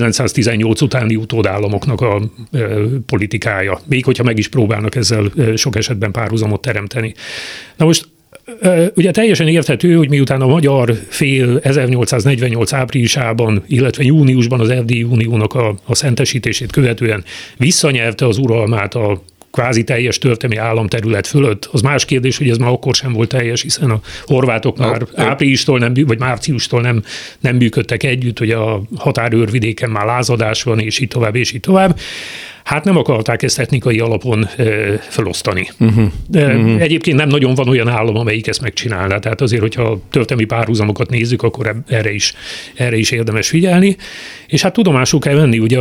1918 utáni utódállamoknak a politikája, még hogyha meg is próbálnak ezzel sok esetben párhuzamot teremteni. Na most ugye teljesen érthető, hogy miután a magyar fél 1848 áprilisában, illetve júniusban az Erdélyi Uniónak a szentesítését követően visszanyerte az uralmát a kvázi teljes történelmi államterület fölött. Az más kérdés, hogy ez már akkor sem volt teljes, hiszen a horvátok már áprilistól vagy márciustól nem működtek együtt, hogy a határőrvidéken már lázadás van, és így tovább, és így tovább. Hát nem akarták ezt etnikai alapon felosztani. Egyébként nem nagyon van olyan állam, amelyik ezt megcsinálná. Tehát azért, hogyha történelmi párhuzamokat nézzük, akkor erre is érdemes figyelni. És hát tudomásul kell venni, ugye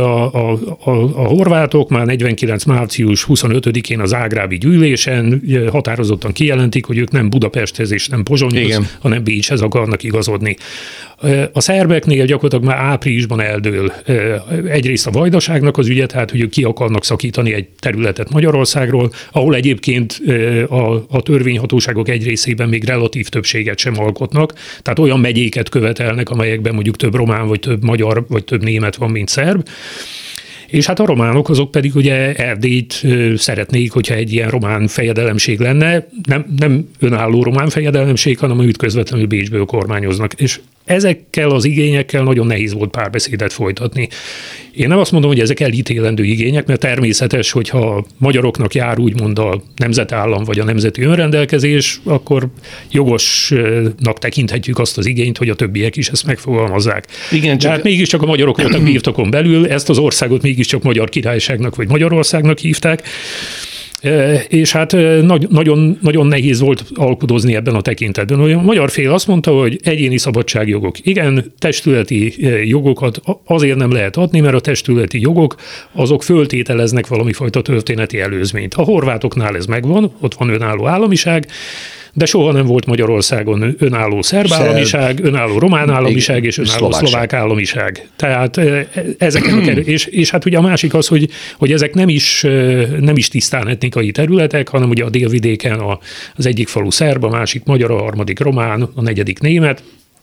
a horvátok már 49. március 25-én a zágrábi gyűlésen határozottan kijelentik, hogy ők nem Budapesthez és nem Pozsonyhoz, hanem Bécshez akarnak igazodni. A szerbeknél gyakorlatilag már áprilisban eldől egyrészt a vajdaságnak az ügye, tehát hogy ők ki akarnak szakítani egy területet Magyarországról, ahol egyébként a törvényhatóságok egy részében még relatív többséget sem alkotnak, tehát olyan megyéket követelnek, amelyekben mondjuk több román, vagy több magyar, vagy több német van, mint szerb. És hát a románok azok pedig ugye Erdélyt szeretnék, hogyha egy ilyen román fejedelemség lenne, nem önálló román fejedelemség, hanem őt közvetlenül Bécsből kormányoznak. És ezekkel az igényekkel nagyon nehéz volt párbeszédet folytatni. Én nem azt mondom, hogy ezek elítélendő igények, mert természetes, hogyha a magyaroknak jár úgymond a nemzetállam vagy a nemzeti önrendelkezés, akkor jogosnak tekinthetjük azt az igényt, hogy a többiek is ezt megfogalmazzák. Igen, de hát mégiscsak a magyarok voltak birtokon belül, ezt az országot mégiscsak Magyar Királyságnak vagy Magyarországnak hívták, és hát nagyon, nagyon nehéz volt alkudozni ebben a tekintetben. A magyar fél azt mondta, hogy egyéni szabadságjogok. Igen, testületi jogokat azért nem lehet adni, mert a testületi jogok azok föltételeznek valami fajta történeti előzményt. A horvátoknál ez megvan, ott van önálló államiság, de soha nem volt Magyarországon önálló szerb államiság, önálló román államiság és önálló szlovák államiság. Tehát ezeken és hát ugye a másik az, hogy ezek nem is tisztán etnikai területek, hanem ugye a délvidéken az egyik falu szerb, a másik magyar, a harmadik román, a negyedik német.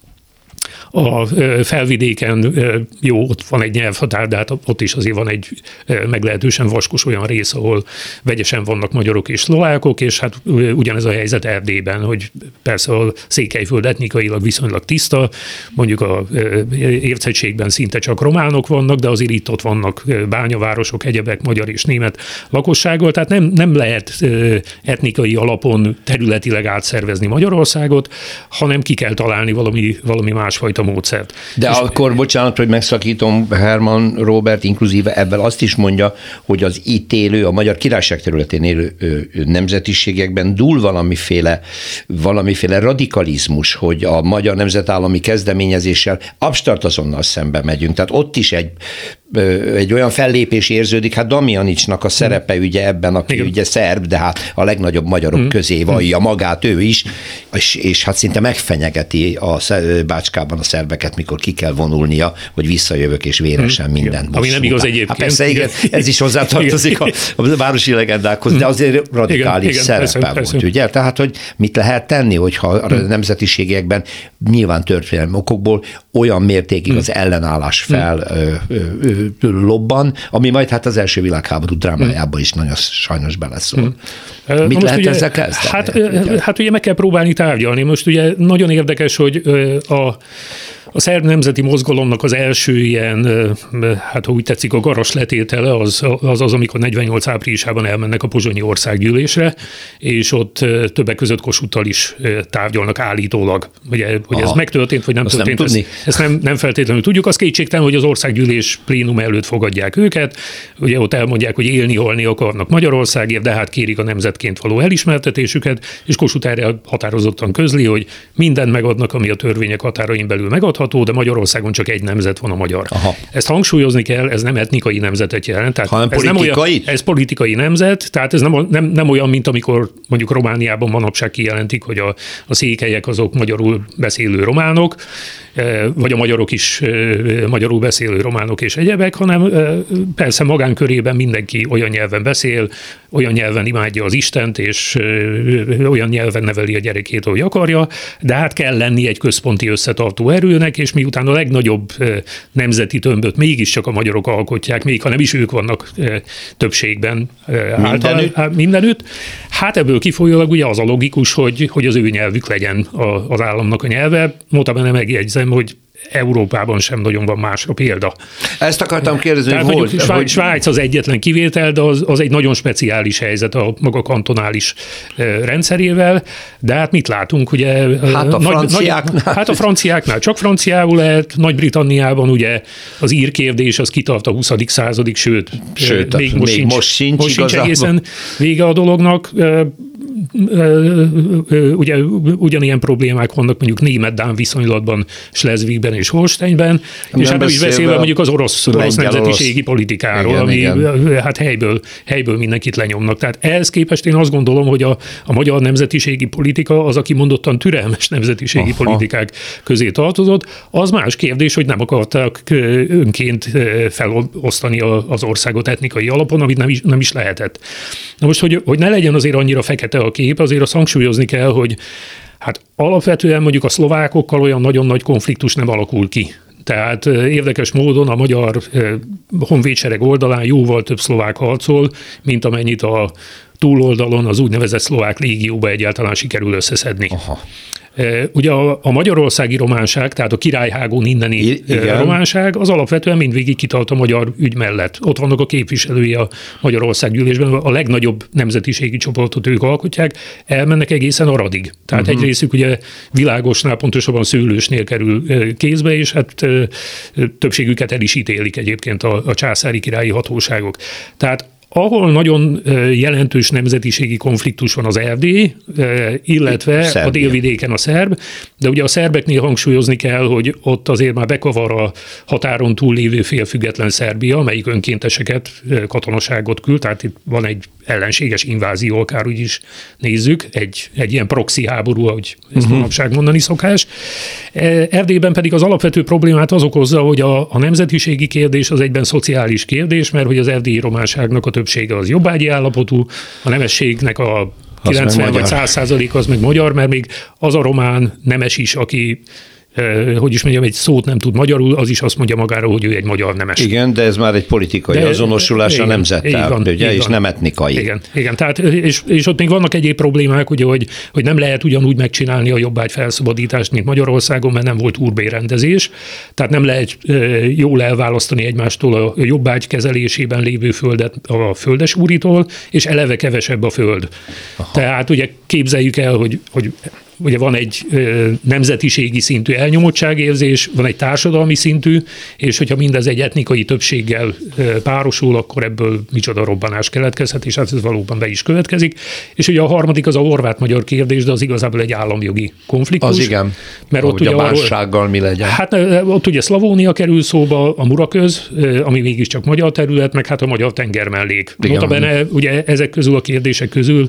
A felvidéken jó, ott van egy nyelvhatár, de hát ott is azért van egy meglehetősen vaskos olyan rész, ahol vegyesen vannak magyarok és szlovákok, és hát ugyanez a helyzet Erdélyben, hogy persze a Székelyföld etnikailag viszonylag tiszta, mondjuk a Érchegységben szinte csak románok vannak, de azért itt-ott vannak bányavárosok, egyebek, magyar és német lakossággal, tehát nem lehet etnikai alapon területileg átszervezni Magyarországot, hanem ki kell találni valami másfajta a módszert. De és akkor, bocsánat, hogy megszakítom, Herman Róbert inkluzíve ebben azt is mondja, hogy az itt élő, a Magyar Királyság területén élő nemzetiségekben dúl valamiféle radikalizmus, hogy a magyar nemzetállami kezdeményezéssel abstart azonnal szembe megyünk. Tehát ott is egy olyan fellépés érződik, hát Damjanicsnak a szerepe ugye ebben, aki ugye szerb, de hát a legnagyobb magyarok közé vallja magát ő is, és hát szinte megfenyegeti a Bácskában a szerbeket, mikor ki kell vonulnia, hogy visszajövök és véresen mindent most. Ami nem igaz egyébként. Hát persze, igen, ez is hozzátartozik a városi legendákhoz, de azért radikális szerepe volt, ugye? Tehát, hogy mit lehet tenni, hogyha a nemzetiségekben nyilván történelmi okokból olyan mértékig az ellenállás lobban, ami majd hát az első világháború drámájában is nagyon sajnos beleszól. Mit lehet ezzel kezdeni? Hát ugye meg kell próbálni tárgyalni. Most ugye nagyon érdekes, hogy a szerb nemzeti mozgalomnak az első ilyen, hát ha úgy tetszik, a garas letétele az, amikor 48 áprilisában elmennek a pozsonyi országgyűlésre, és ott többek között Kossuthtal is tárgyalnak állítólag. Ugye, hogy ez megtörtént, vagy nem azt történt, ezt nem feltétlenül tudjuk. Az kétségtelen, hogy az országgyűlés plénum előtt fogadják őket. Ugye ott elmondják, hogy élni-halni akarnak Magyarországért, de hát kérik a nemzetként való elismertetésüket, és Kossuth erre határozottan közli, hogy mindent megadnak, ami a törvények határain belül megadható, de Magyarországon csak egy nemzet van, a magyar. Aha. Ezt hangsúlyozni kell, ez nem etnikai nemzetet jelent. Tehát hanem politikai? Ez politikai nemzet, tehát ez nem olyan, mint amikor mondjuk Romániában manapság kijelentik, hogy a székelyek azok magyarul beszélő románok, vagy a magyarok is magyarul beszélő románok és egyebek, hanem persze magánkörében mindenki olyan nyelven beszél, olyan nyelven imádja az Istent, és olyan nyelven neveli a gyerekét, ahogy akarja, de hát kell lenni egy központi összetartó erőnek, és miután a legnagyobb nemzeti tömböt mégiscsak a magyarok alkotják, még ha nem is ők vannak többségben mindenütt, hát ebből kifolyólag ugye az a logikus, hogy az ő nyelvük legyen az államnak a nyelve. Notabene megjegyzem, hogy Európában sem nagyon van másra példa. Ezt akartam kérdezni, tehát, hogy Svájc az egyetlen kivétel, de az egy nagyon speciális helyzet a maga kantonális rendszerével, de hát mit látunk, ugye? Hát a franciáknál csak franciául lehet, Nagy-Britanniában ugye az ír kérdés az kitart a 20. századig, sőt még most sincs egészen vége a dolognak. Ugye ugyanilyen problémák vannak mondjuk német-dán viszonylatban Schleswigben és Holsteinben, és hát nem is beszélve mondjuk az orosz nemzetiségi politikáról, igen, ami hát helyből mindenkit lenyomnak. Tehát ehhez képest én azt gondolom, hogy a magyar nemzetiségi politika az, aki mondottan türelmes nemzetiségi politikák közé tartozott. Az más kérdés, hogy nem akartak önként felosztani az országot etnikai alapon, amit nem is lehetett. Na most, hogy ne legyen azért annyira fekete a kép, azért azt hangsúlyozni kell, hogy hát alapvetően mondjuk a szlovákokkal olyan nagyon nagy konfliktus nem alakul ki. Tehát érdekes módon a magyar honvédsereg oldalán jóval több szlovák harcol, mint amennyit a túloldalon az úgynevezett szlovák légióba egyáltalán sikerül összeszedni. Aha. Ugye a magyarországi románság, tehát a királyhágón inneni románság, az alapvetően mindvégig kitart a magyar ügy mellett. Ott vannak a képviselői a Magyarországgyűlésben, a legnagyobb nemzetiségi csoportot ők alkotják, elmennek egészen Aradig. Tehát egy részük ugye Világosnál, pontosabban Szőlősnél kerül kézbe, és hát többségüket el is ítélik egyébként a császári királyi hatóságok. Tehát ahol nagyon jelentős nemzetiségi konfliktus van az erdély, illetve Szerbia. A délvidéken a szerb, de ugye a szerbeknél hangsúlyozni kell, hogy ott azért már bekavar a határon túl lévő félfüggetlen Szerbia, amelyik önkénteseket, katonaságot küld, tehát itt van egy ellenséges invázió, akár úgy is nézzük, egy ilyen proxy háború, ahogy ezt manapság mondani szokás. Erdélyben pedig az alapvető problémát az okozza, hogy a nemzetiségi kérdés az egyben szociális kérdés, mert hogy az erdélyi románságnak a többsége az jobbágyi állapotú, a nemességnek a 90 vagy 100% az meg magyar, mert még az a román nemes is, aki hogy is mondjam, egy szót nem tud magyarul, az is azt mondja magáról, hogy ő egy magyar nemes. Igen, de ez már egy politikai azonosulás a nemzettel, ugye, és nem etnikai. Igen, tehát, és ott még vannak egyéb problémák, ugye, hogy nem lehet ugyanúgy megcsinálni a jobbágy felszabadítást, mint Magyarországon, mert nem volt urbérendezés, tehát nem lehet jól elválasztani egymástól a jobbágy kezelésében lévő földet a földes úritól, és eleve kevesebb a föld. Aha. Tehát ugye képzeljük el, hogy ugye van egy nemzetiségi szintű elnyomottságérzés, van egy társadalmi szintű, és hogyha mindez egy etnikai többséggel párosul, akkor ebből micsoda robbanás keletkezhet, és hát ez valóban be is következik. És ugye a harmadik az a horvát-magyar kérdés, de az igazából egy államjogi konfliktus. Az igen. Mert ott ugye a mássággal mi legyen? Hát ott ugye Szlavónia kerül szóba, a Muraköz, ami mégiscsak magyar terület, meg hát a magyar tengermellék. Notabene ugye ezek közül a kérdések közül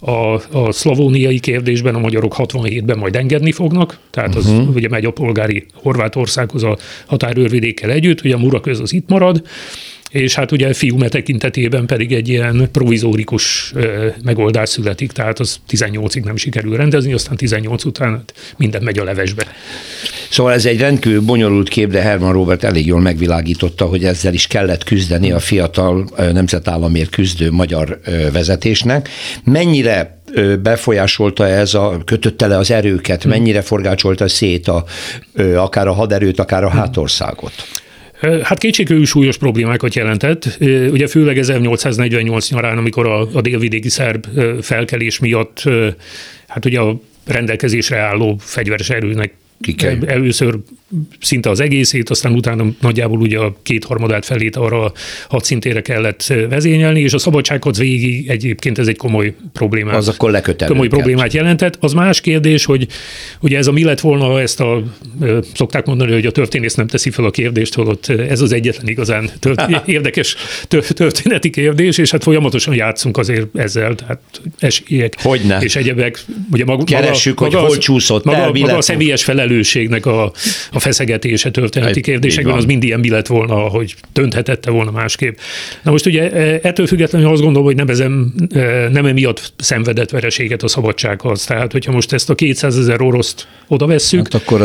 a szlavóniai kérdésben a magyarok 67-ben majd engedni fognak, tehát az ugye megy a polgári Horvátországhoz a határőrvidékkel együtt, ugye a Muraköz az itt marad, és hát ugye Fiume tekintetében pedig egy ilyen provizórikus megoldás születik, tehát az 18-ig nem sikerül rendezni, aztán 18 után minden megy a levesbe. Szóval ez egy rendkívül bonyolult kép, de Herman Róbert elég jól megvilágította, hogy ezzel is kellett küzdeni a fiatal nemzetállamért küzdő magyar vezetésnek. Mennyire befolyásolta kötötte le az erőket, mennyire forgácsolta szét akár a haderőt, akár a hátországot? Hát kétségkívül súlyos problémákat jelentett. Ugye főleg 1848 nyarán, amikor a délvidéki szerb felkelés miatt hát ugye a rendelkezésre álló fegyveres erőnek először szinte az egészét, aztán utána nagyjából ugye a kétharmadát felét arra a hadszintére kellett vezényelni, és a szabadságharc végig egyébként ez egy komoly problémát. Az akkor lekötelő. Komoly problémát jelentett. Az más kérdés, hogy ugye ez a mi lett volna, ha ezt szokták mondani, hogy a történész nem teszi fel a kérdést, holott ez az egyetlen igazán érdekes történeti kérdés, és hát folyamatosan játszunk azért ezzel, tehát esélyek és egyebek. Ugye keressük, hogy hol csúszott el, maga a személyes felelősségnek a feszegetése történeti kérdésekben, az mind ilyen mi lett volna, hogy dönthetette volna másképp. Na most ugye ettől függetlenül azt gondolom, hogy nem emiatt szenvedett vereséget a szabadságharc. Tehát, hogyha most ezt a 200 000 oroszt odavesszük, hát akkor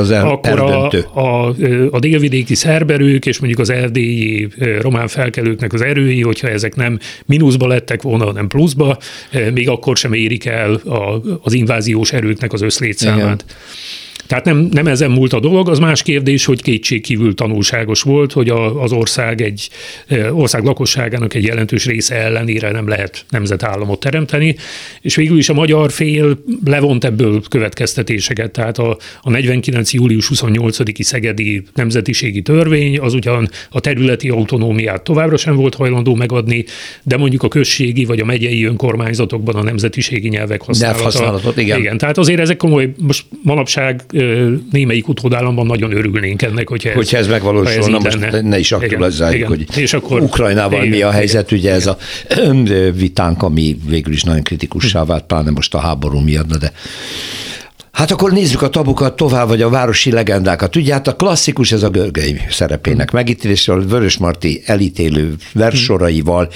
a délvidéki szerberők és mondjuk az erdélyi román felkelőknek az erői, hogyha ezek nem mínuszba lettek volna, hanem pluszba, még akkor sem érik el az inváziós erőknek az összlétszámát. Igen. Tehát nem ezen múlt a dolog, az más kérdés, hogy kétségkívül tanulságos volt, hogy az ország lakosságának egy jelentős része ellenére nem lehet nemzetállamot teremteni, és végül is a magyar fél levont ebből következtetéseket, tehát a 49. július 28-i szegedi nemzetiségi törvény az ugyan a területi autonómiát továbbra sem volt hajlandó megadni, de mondjuk a községi vagy a megyei önkormányzatokban a nemzetiségi nyelvek használatot. Igen, tehát azért ezek komoly, most manapság némelyik utódállamban nagyon örülnénk ennek, hogyha ez megvalósulna, most ne is aktualizáljuk, hogy és akkor Ukrajnával mi a helyzet, ugye ez a vitánk, ami végül is nagyon kritikussá vált, pláne most a háború miatt, de hát akkor nézzük a tabukat tovább, vagy a városi legendákat. Ugye hát a klasszikus ez a Görgei szerepének megítélésről, Vörösmarty elítélő verssoraival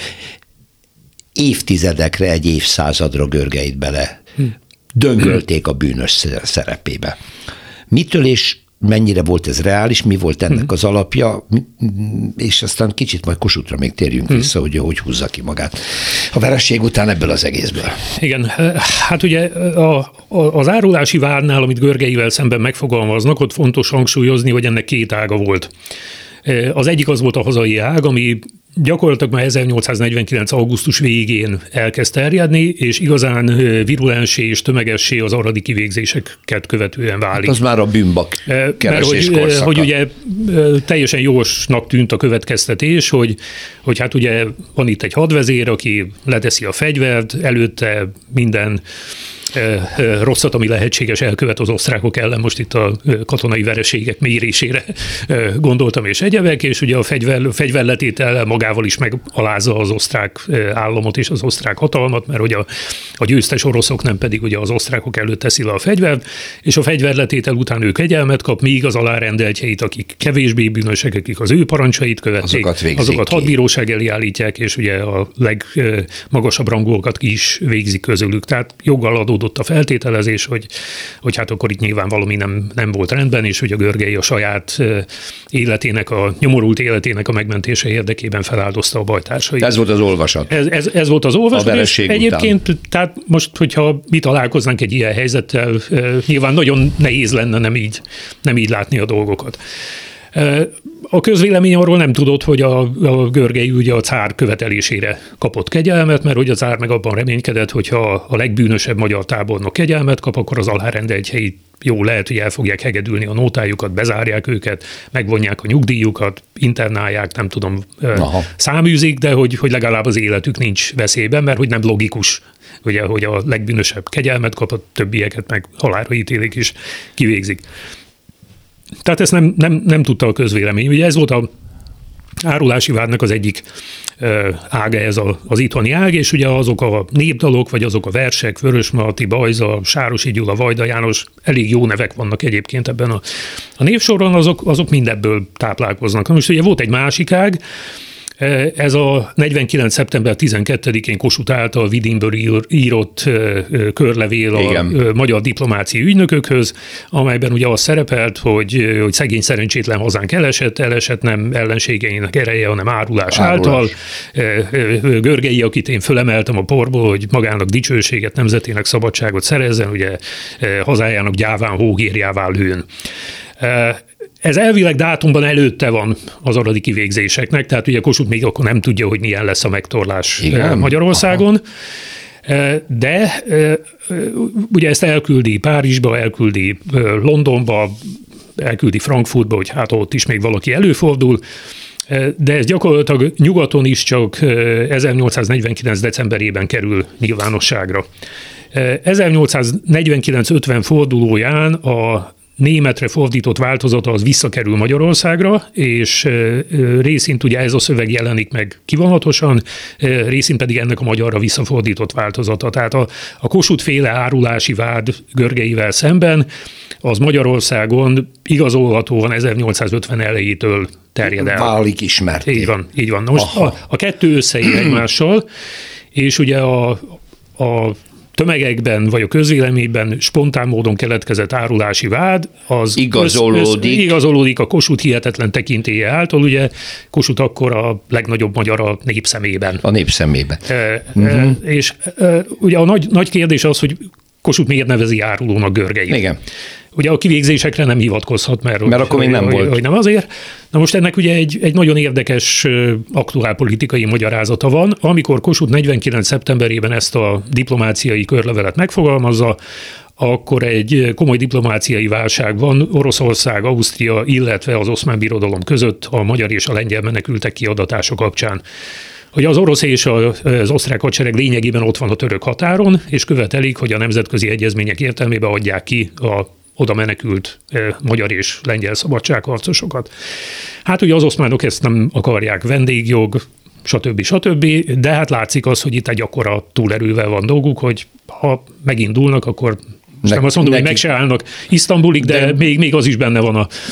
évtizedekre, egy évszázadra Görgeit bele döngölték a bűnös szerepébe. Mitől és mennyire volt ez reális, mi volt ennek az alapja, és aztán kicsit majd Kossuthra még térjünk vissza, hogy húzza ki magát a vereség után ebből az egészből. Igen, hát ugye az árulási vádnál, amit Görgeivel szemben megfogalmaznak, ott fontos hangsúlyozni, hogy ennek két ága volt. Az egyik az volt a hazai ág, ami gyakorlatilag már 1849. augusztus végén elkezd terjedni, és igazán virulensé és tömegessé az aradi kivégzéseket követően válik. Hát az már a bűnbak keresés korszaka. Hogy ugye teljesen jogosnak tűnt a következtetés, hogy hát ugye van itt egy hadvezér, aki leteszi a fegyvert, előtte minden rosszat, ami lehetséges, elkövet az osztrákok ellen, most itt a katonai vereségek mérésére gondoltam és egyebek, és ugye a fegyverletétel magával is megalázza az osztrák államot és az osztrák hatalmat, mert ugye a győztes oroszok nem pedig ugye az osztrákok előtt teszi le a fegyvert, és a fegyverletétel után ő kegyelmet kap, míg az alárendeltjeit, akik kevésbé bűnösek, akik az ő parancsait követték, azokat hadbíróság elé állítják, és ugye a legmagasabb rangúakat ki is végzik közülük. Tehát joggal adódott a feltételezés, hogy hát akkor itt nyilván valami nem volt rendben, és hogy a Görgei a saját életének, a nyomorult életének a megmentése érdekében feláldozta a bajtársait. Ez volt az olvasat. Ez volt az olvasat, és egyébként, tehát most, hogyha mi találkoznánk egy ilyen helyzettel, nyilván nagyon nehéz lenne nem így látni a dolgokat. A közvélemény arról nem tudott, hogy a Görgei ugye a cár követelésére kapott kegyelmet, mert hogy a cár meg abban reménykedett, hogyha a legbűnösebb magyar tábornok kegyelmet kap, akkor az alárendegyhelyi jó lehet, hogy el fogják hegedülni a nótájukat, bezárják őket, megvonják a nyugdíjukat, internálják, nem tudom, száműzik, de hogy legalább az életük nincs veszélyben, mert hogy nem logikus, ugye, hogy a legbűnösebb kegyelmet kap, a többieket meg halálra ítélik és kivégzik. Tehát ezt nem tudta a közvélemény. Ugye ez volt a árulási vádnak az egyik ága, ez az itthoni ág, és ugye azok a népdalok, vagy azok a versek, Vörösmarty, Bajza, Sárosi Gyula, Vajda János, elég jó nevek vannak egyébként ebben a névsoron, azok mindebből táplálkoznak. Most ugye volt egy másik ág, ez a 49. szeptember 12-én Kossuth által Vidinből írott körlevél a magyar diplomáciai ügynökökhöz, amelyben ugye az szerepelt, hogy szegény szerencsétlen hazánk elesett nem ellenségeinek ereje, hanem árulás által. Görgei, akit én fölemeltem a porból, hogy magának dicsőséget, nemzetének szabadságot szerezzen, ugye hazájának gyáván hógérjává lőn. Ez elvileg dátumban előtte van az aradi kivégzéseknek, tehát ugye Kossuth még akkor nem tudja, hogy milyen lesz a megtorlás Magyarországon. Aha. De ugye ezt elküldi Párizsba, elküldi Londonba, elküldi Frankfurtba, hogy hát ott is még valaki előfordul, de ez gyakorlatilag nyugaton is csak 1849. decemberében kerül nyilvánosságra. 1849-50 fordulóján a németre fordított változata az visszakerül Magyarországra, és részint ugye ez a szöveg jelenik meg kivonatosan, részint pedig ennek a magyarra visszafordított változata. Tehát a Kossuth-féle árulási vád Görgeivel szemben az Magyarországon igazolhatóan 1850 elejétől terjed el. Válik ismerté. Így van. Na most a kettő összeér egymással, és ugye a tömegekben vagy a közvéleményben spontán módon keletkezett árulási vád, az igazolódik a Kossuth hihetetlen tekintélye által, ugye Kossuth akkor a legnagyobb magyar a nép szemében. A nép szemében. És ugye a nagy kérdés az, hogy Kossuth miért nevezi árulónak Görgeit. Igen. Ugye a kivégzésekre nem hivatkozhat, mert akkor még nem volt. Hogy nem azért. Na most ennek ugye egy nagyon érdekes aktuálpolitikai magyarázata van. Amikor Kossuth 49. szeptemberében ezt a diplomáciai körlevelet megfogalmazza, akkor egy komoly diplomáciai válság van Oroszország, Ausztria, illetve az Oszmán Birodalom között a magyar és a lengyel menekültek kiadatása kapcsán. Hogy az orosz és az osztrák hadsereg lényegében ott van a török határon, és követelik, hogy a nemzetközi egyezmények értelmében adják ki a oda menekült magyar és lengyel szabadságharcosokat. Hát ugye az oszmánok ezt nem akarják, vendégjog, stb. De hát látszik az, hogy itt egy akkora túlerővel van dolguk, hogy ha megindulnak, akkor nem azt mondom, hogy meg se állnak Isztambulig, de még az is benne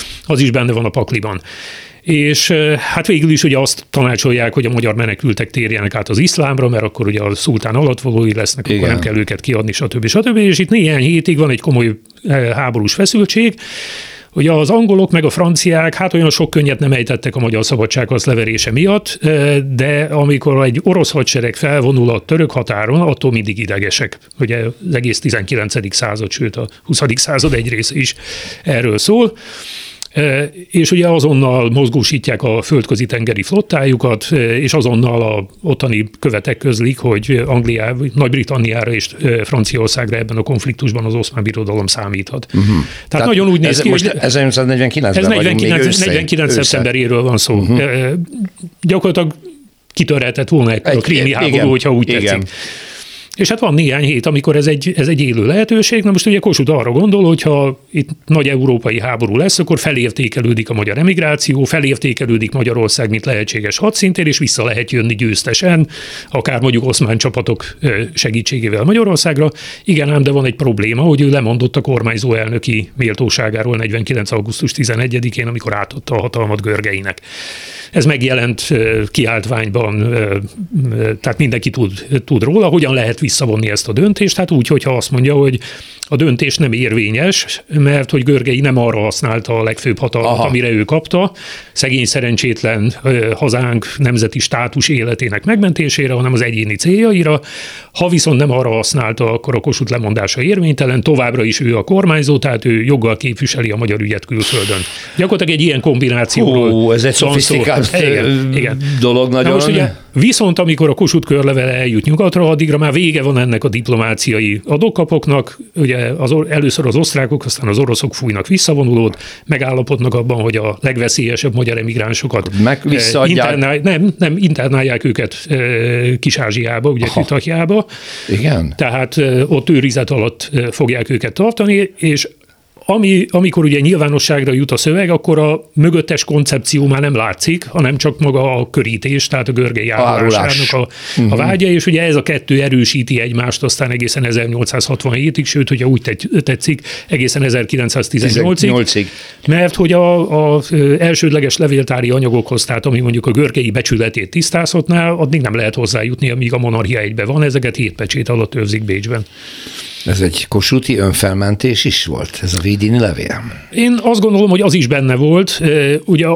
van a pakliban. És hát végül is ugye azt tanácsolják, hogy a magyar menekültek térjenek át az iszlámra, mert akkor ugye a szultán alattvalói lesznek, akkor nem kell őket kiadni, stb. És itt néhány hétig van egy komoly háborús feszültség. Ugye az angolok meg a franciák hát olyan sok könnyet nem ejtettek a magyar szabadságharc leverése miatt, de amikor egy orosz hadsereg felvonul a török határon, attól mindig idegesek. Ugye az egész 19. század, sőt a 20. század egy része is erről szól. És ugye azonnal mozgósítják a földközi tengeri flottájukat, és azonnal a ottani követek közlik, hogy Nagy-Britanniára és Franciaországra ebben a konfliktusban az Oszmán Birodalom számíthat. Tehát nagyon úgy néz ki, most 1949-ben ez 49. szeptemberéről van szó. Gyakorlatilag kitörhetett volna a krími háború, hogyha úgy tetszik. És hát van néhány hét, amikor ez egy élő lehetőség. Na most ugye Kossuth arra gondol, hogy ha itt nagy európai háború lesz, akkor felértékelődik a magyar emigráció, felértékelődik Magyarország, mint lehetséges hadszintér, és vissza lehet jönni győztesen, akár mondjuk oszmán csapatok segítségével Magyarországra. Igen, ám de van egy probléma, hogy ő lemondott a kormányzó elnöki méltóságáról 49. augusztus 11-én, amikor átadta a hatalmat Görgeinek. Ez megjelent kiáltványban, tehát mindenki tud róla, hogyan lehet visszavonni ezt a döntést, tehát úgy, hogyha azt mondja, hogy a döntés nem érvényes, mert hogy Görgei nem arra használta a legfőbb hatalmat, amire ő kapta, szegény szerencsétlen hazánk nemzeti státus életének megmentésére, hanem az egyéni céljaira. Ha viszont nem arra használta, akkor a Kossuth lemondása érvénytelen, továbbra is ő a kormányzó, tehát ő joggal képviseli a magyar ügyet külföldön. Gyakorlatilag egy ilyen kombinációról. Ez egy szofisztikált dolog nagyon. Most ugye, viszont amikor a Kossuth körlevele eljut nyugatra, addigra már vége van ennek a diplomáciai adókapoknak. Ugye először az osztrákok, aztán az oroszok fújnak visszavonulót, megállapodnak abban, hogy a legveszélyesebb magyar emigránsokat internálják őket Kis-Ázsiába, ugye Kütahjába. Igen. Tehát ott őrizet alatt fogják őket tartani, és amikor ugye nyilvánosságra jut a szöveg, akkor a mögöttes koncepció már nem látszik, hanem csak maga a körítés, tehát a Görgei árulásának a vágya, és ugye ez a kettő erősíti egymást aztán egészen 1867-ig, sőt, hogyha úgy tetszik, egészen 1918-ig. Mert hogy az elsődleges levéltári anyagokhoz, tehát ami mondjuk a Görgei becsületét tisztázhatná, addig nem lehet hozzájutni, amíg a monarchia egyben van, ezeket hétpecsét alatt őrzik Bécsben. Ez egy kossuthi önfelmentés is volt, ez a védini levél? Én azt gondolom, hogy az is benne volt. Ugye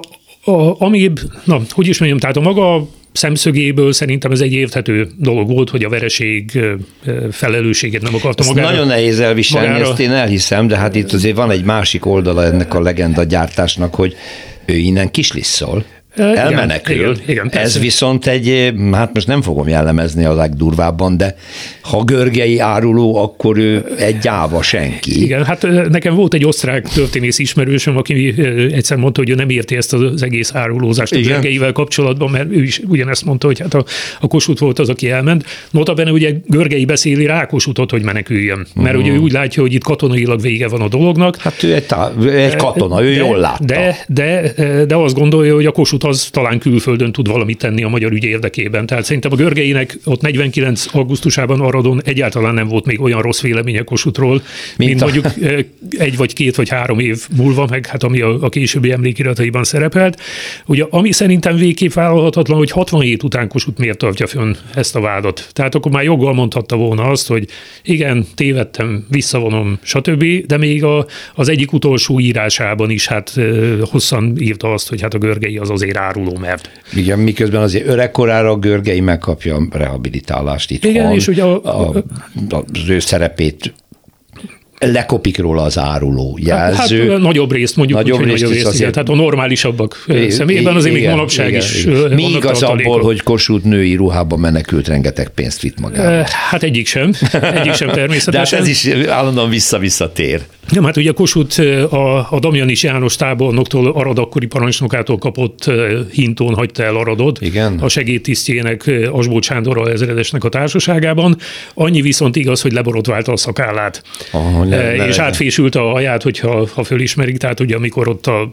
hogy is mondjam, tehát a maga szemszögéből szerintem ez egy érthető dolog volt, hogy a vereség felelősséget nem akarta magára. Nagyon nehéz elviselni, ezt én elhiszem, de hát itt azért van egy másik oldala ennek a legendagyártásnak, hogy ő innen Kislisszol elmenekül. Igen, ez viszont hát most nem fogom jellemezni a legdurvábban, de ha Görgei áruló, akkor ő egy gyáva senki. Igen, hát nekem volt egy osztrák történész ismerősöm, aki egyszer mondta, hogy ő nem érti ezt az egész árulózást a Görgeivel kapcsolatban, mert ő is ugyanezt mondta, hogy hát a Kossuth volt az, aki elment. Notabene ugye Görgei beszéli Rákosuthot, hogy meneküljön, mert ugye ő úgy látja, hogy itt katonailag vége van a dolognak. Hát ő egy katona, ő jól látta. De azt gondolja, hogy a Kossuth az talán külföldön tud valamit tenni a magyar ügy érdekében. Tehát szerintem a Görgeinek ott 49. augusztusában Aradon egyáltalán nem volt még olyan rossz véleménye Kossuthról, mint mondjuk 1 vagy 2 vagy 3 év múlva, meg hát ami a későbbi emlékirataiban szerepelt. Ugye, ami szerintem végképp vállalhatatlan, hogy 67 után Kossuth miért tartja fönn ezt a vádat. Tehát akkor már joggal mondhatta volna azt, hogy igen, tévedtem, visszavonom, stb., de még az egyik utolsó írásában is hát hosszan írta azt, hogy hát a Görgei az azért áruló, mert... Igen, miközben azért öregkorára a Görgei megkapja a rehabilitálást itthon. Igen, és ugye az ő szerepét lekopik róla az áruló jelző. Hát nagyobb részt mondjuk, nagyobb részt, tehát a normálisabbak személyében azért még manapság is mi igaz abból, hogy Kossuth női ruhában menekült, rengeteg pénzt vitt magával? Hát egyik sem természetesen. De hát ez is állandóan visszatér. Nem, hát ugye Kossuth a Damjanis János tábornoktól, Arad akkori parancsnokától kapott hintón hagyta el Aradot. Igen. A segédtisztjének, Asbóth Sándor ezredesnek a társaságában. Annyi viszont igaz, hogy leborotválta a szakállát. És átfésült a haját, hogyha fölismerik, tehát ugye amikor ott a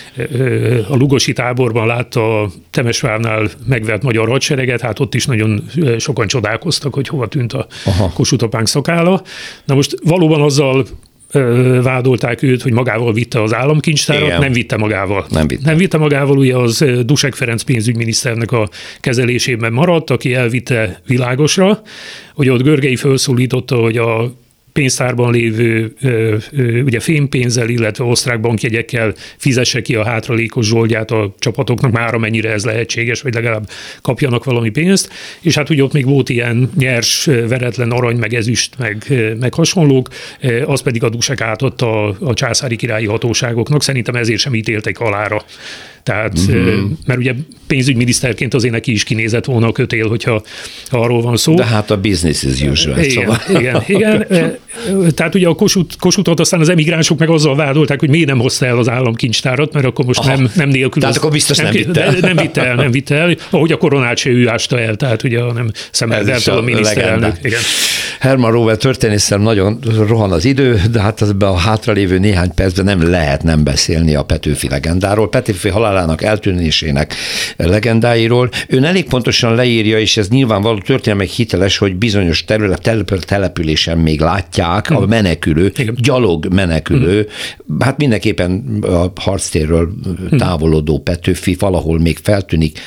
lugosi táborban látta a Temesvárnál megvert magyar hadsereget, hát ott is nagyon sokan csodálkoztak, hogy hova tűnt a Kossuth apánk szakálla. Na most valóban azzal vádolták őt, hogy magával vitte az államkincstárat, igen. Nem vitte magával. Nem vitte magával, ugye az Dusek Ferenc pénzügyminiszternek a kezelésében maradt, aki elvitte Világosra, hogy ott Görgei felszólította, hogy a pénztárban lévő ugye fémpénzzel, illetve osztrák bankjegyekkel fizesse ki a hátralékos zsoldját a csapatoknak, már amennyire ez lehetséges, vagy legalább kapjanak valami pénzt. És hát ugye ott még volt ilyen nyers, veretlen arany, meg ezüst, meg hasonlók, az pedig a Dusek átadta a császári királyi hatóságoknak, szerintem ezért sem ítélték halára. Tehát, mert ugye pénzügyminiszterként azért neki is kinézett volna a kötél, hogyha arról van szó. De hát a business is usual. Igen. Tehát ugye a Kossuthot aztán az emigránsok meg azzal vádolták, hogy miért nem hozta el az államkincstárat, mert akkor most nem nélkül. Tehát akkor biztos nem vitte el. Ahogy a koronát se ő ásta el, tehát ugye nem Szemmelweis a miniszterelnök. Hermann Róbert történésszel nagyon rohan az idő, de hát ebben a hátralévő néhány percben nem lehet nem beszélni a Petőfi legendáról. Petőfi halálának eltűnésének legendáiról. Ön elég pontosan leírja, és ez nyilvánvaló történelmileg hiteles, hogy bizonyos településen még látják a menekülő, gyalog menekülő, hát mindenképpen a harctérről távolodó Petőfi valahol még feltűnik.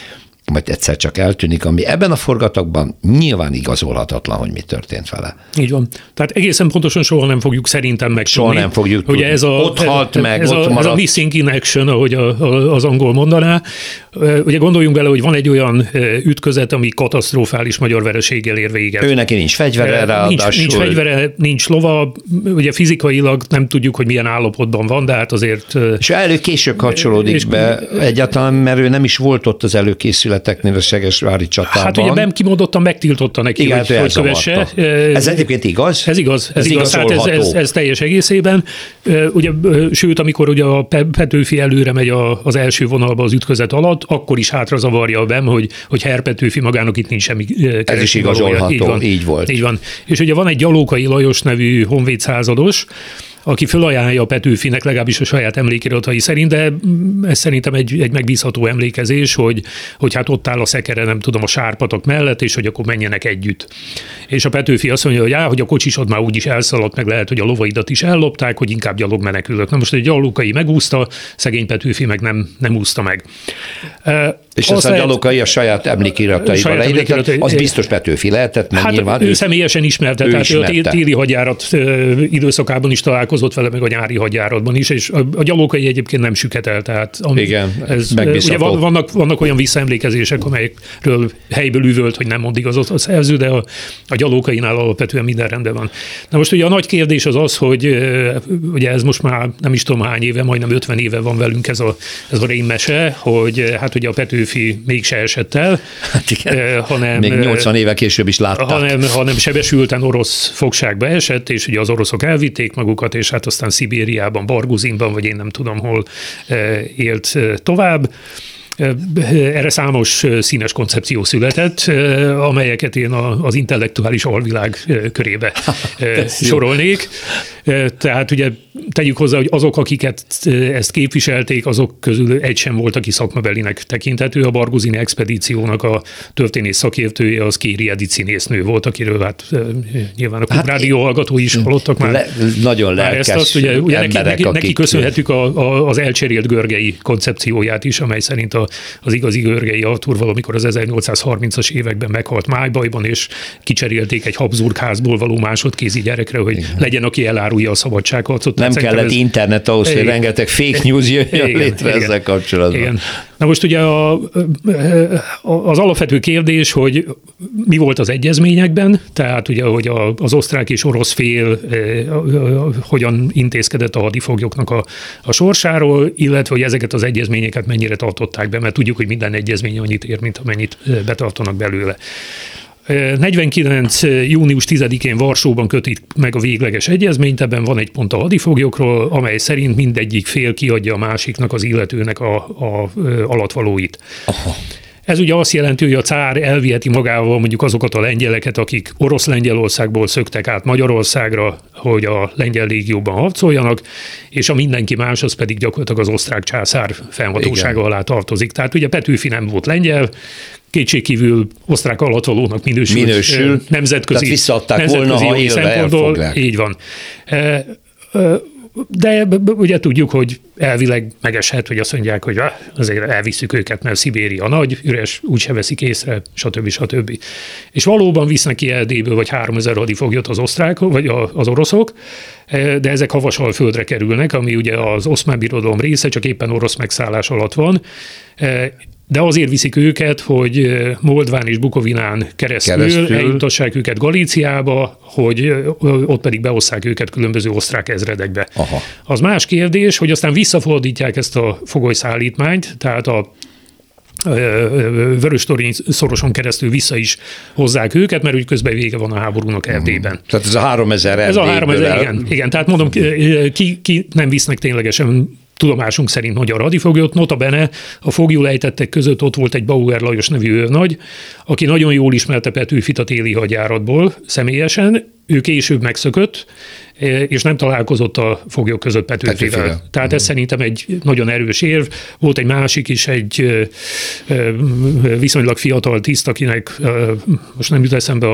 majd egyszer csak eltűnik, ami ebben a forgatagban nyilván igazolhatatlan, hogy mi történt vele. Így van. Tehát egészen pontosan soha nem fogjuk szerintem megtudni. Soha nem fogjuk tudni. Ugye Ott halt meg, ez ott maradt. Ez a missing in action, ahogy az angol mondaná. Ugye gondoljunk bele, hogy van egy olyan ütközet, ami katasztrofális magyar vereséggel ér véget. Ő neki nincs fegyvere, ráadásul. Nincs fegyvere, nincs lova, ugye fizikailag nem tudjuk, hogy milyen állapotban van, de hát azért... És később kapcsolódik be egyáltalán, mert ő nem is volt ott az előkészületeknél a Segesvári csatában. Hát ugye nem kimondottan megtiltotta neki, igen, hogy kövesse. Ez egyébként igaz? Ez igaz. Hát ez teljes egészében. Ugye, sőt, amikor ugye a Petőfi előre megy az első vonalba az ütközet alatt, akkor is hátra zavarja a BEM, hogy Herr Petőfi magának itt nincs semmi keresni. Ez is igazolható, így volt. Így van. És ugye van egy Gyalókai Lajos nevű honvéd százados, aki fölajánlja a Petőfinek, legalábbis a saját emlékiratai szerint, de ez szerintem egy megbízható emlékezés, hogy hát ott áll a szekere, nem tudom, a sárpatak mellett, és hogy akkor menjenek együtt. És a Petőfi azt mondja, hogy a kocsisod már úgyis elszaladt, meg lehet, hogy a lovaidat is ellopták, hogy inkább gyalog menekülök. Na most egy Gyalókai megúszta, szegény Petőfi meg nem úszta meg. És ezt a Gyalókai a saját emlékirataival leírta, az biztos Petőfi lehetett, mert hát nyilván ő személyesen ismerte, tehát a téli hadjárat időszakában is találkozott vele, meg a nyári hadjáratban is, és a Gyalókai egyébként nem süketel, tehát igen, ugye vannak olyan visszaemlékezések, amelyekről helyből üvölt, hogy nem mond igazat a szerző, de a Gyalókainál alapvetően minden rendben van. Na most ugye a nagy kérdés az, hogy ugye ez most már nem is tudom hány éve, majdnem 50 éve van velünk ez a rémmese, hogy hát ugye a Petőfi mégse esett el, hát igen, hanem még 80 éve később is látták. Hanem sebesülten orosz fogságba esett, és ugye az oroszok elvitték magukat, és hát aztán Szibériában, Barguzinban, vagy én nem tudom hol élt tovább. Erre számos színes koncepció született, amelyeket én az intellektuális alvilág körébe sorolnék. Tehát ugye tegyük hozzá, hogy azok, akiket ezt képviselték, azok közül egy sem volt, aki szakmabelinek tekinthető. A Barguzini expedíciónak a történész szakértője az Kéri Edith színésznő volt, akiről hát nyilván a Klubrádió hallgatói is hallottak már. Nagyon lelkes ugye emberek, neki köszönhetjük az elcserélt Görgei koncepcióját is, amely szerint az igazi Görgei Artúr valamikor az 1830-as években meghalt májbajban, és kicserélték egy Habsburg házból való másodkézi gyerekre, hogy legyen, aki elárulja a szabadságharcot. Nem kellett internet ahhoz, hogy rengeteg fake news jöjjön létre ezzel kapcsolatban. Igen. Na most ugye az alapvető kérdés, hogy mi volt az egyezményekben, tehát ugye, hogy az osztrák és orosz fél hogyan intézkedett a hadifoglyoknak a sorsáról, illetve hogy ezeket az egyezményeket mennyire tartották be, mert tudjuk, hogy minden egyezmény annyit ér, mint amennyit betartanak belőle. 49. június 10-én Varsóban kötik meg a végleges egyezményt, ebben van egy pont a hadifoglyokról, amely szerint mindegyik fél kiadja a másiknak, az illetőnek a alatvalóit. Aha. Ez ugye azt jelenti, hogy a cár elviheti magával mondjuk azokat a lengyeleket, akik Orosz-Lengyelországból szöktek át Magyarországra, hogy a lengyel légióban harcoljanak, és a mindenki más az pedig gyakorlatilag az osztrák császár fennhatósága alá tartozik. Tehát ugye Petőfi nem volt lengyel, kétségkívül osztrák alatvalónak minősül nemzetközi, visszaadták volna, ha élve elfoglalják. Így van. De ugye tudjuk, hogy elvileg megeshet, hogy azt mondják, hogy azért elviszük őket, mert Szibéria nagy, üres, úgyse veszik észre, stb. És valóban visznek ki Erdélyből vagy 3000 hadifoglyot az osztrákok, vagy az oroszok, de ezek Havasalföldre kerülnek, ami ugye az Oszmán Birodalom része, csak éppen orosz megszállás alatt van. De azért viszik őket, hogy Moldván és Bukovinán keresztül eljutassák őket Galíciába, hogy ott pedig beosszák őket különböző osztrák ezredekbe. Aha. Az más kérdés, hogy aztán visszafordítják ezt a fogolyszállítmányt, tehát a Vöröstorony szoroson keresztül vissza is hozzák őket, mert úgy közben vége van a háborúnak Erdélyben. Tehát ez a 3000 Erdélyből. Ez a 3000, igen. Tehát mondom, ki nem visznek ténylegesen tudomásunk szerint magyar hadifoglyot, notabene a foglyulejtettek között ott volt egy Bauer Lajos nevű őrnagy, aki nagyon jól ismerte Petőfit a téli hadjáratból személyesen, ő később megszökött, és nem találkozott a foglyok között Petőfivel. Tehát ez szerintem egy nagyon erős érv. Volt egy másik is, egy viszonylag fiatal tiszt, akinek most nem jut eszembe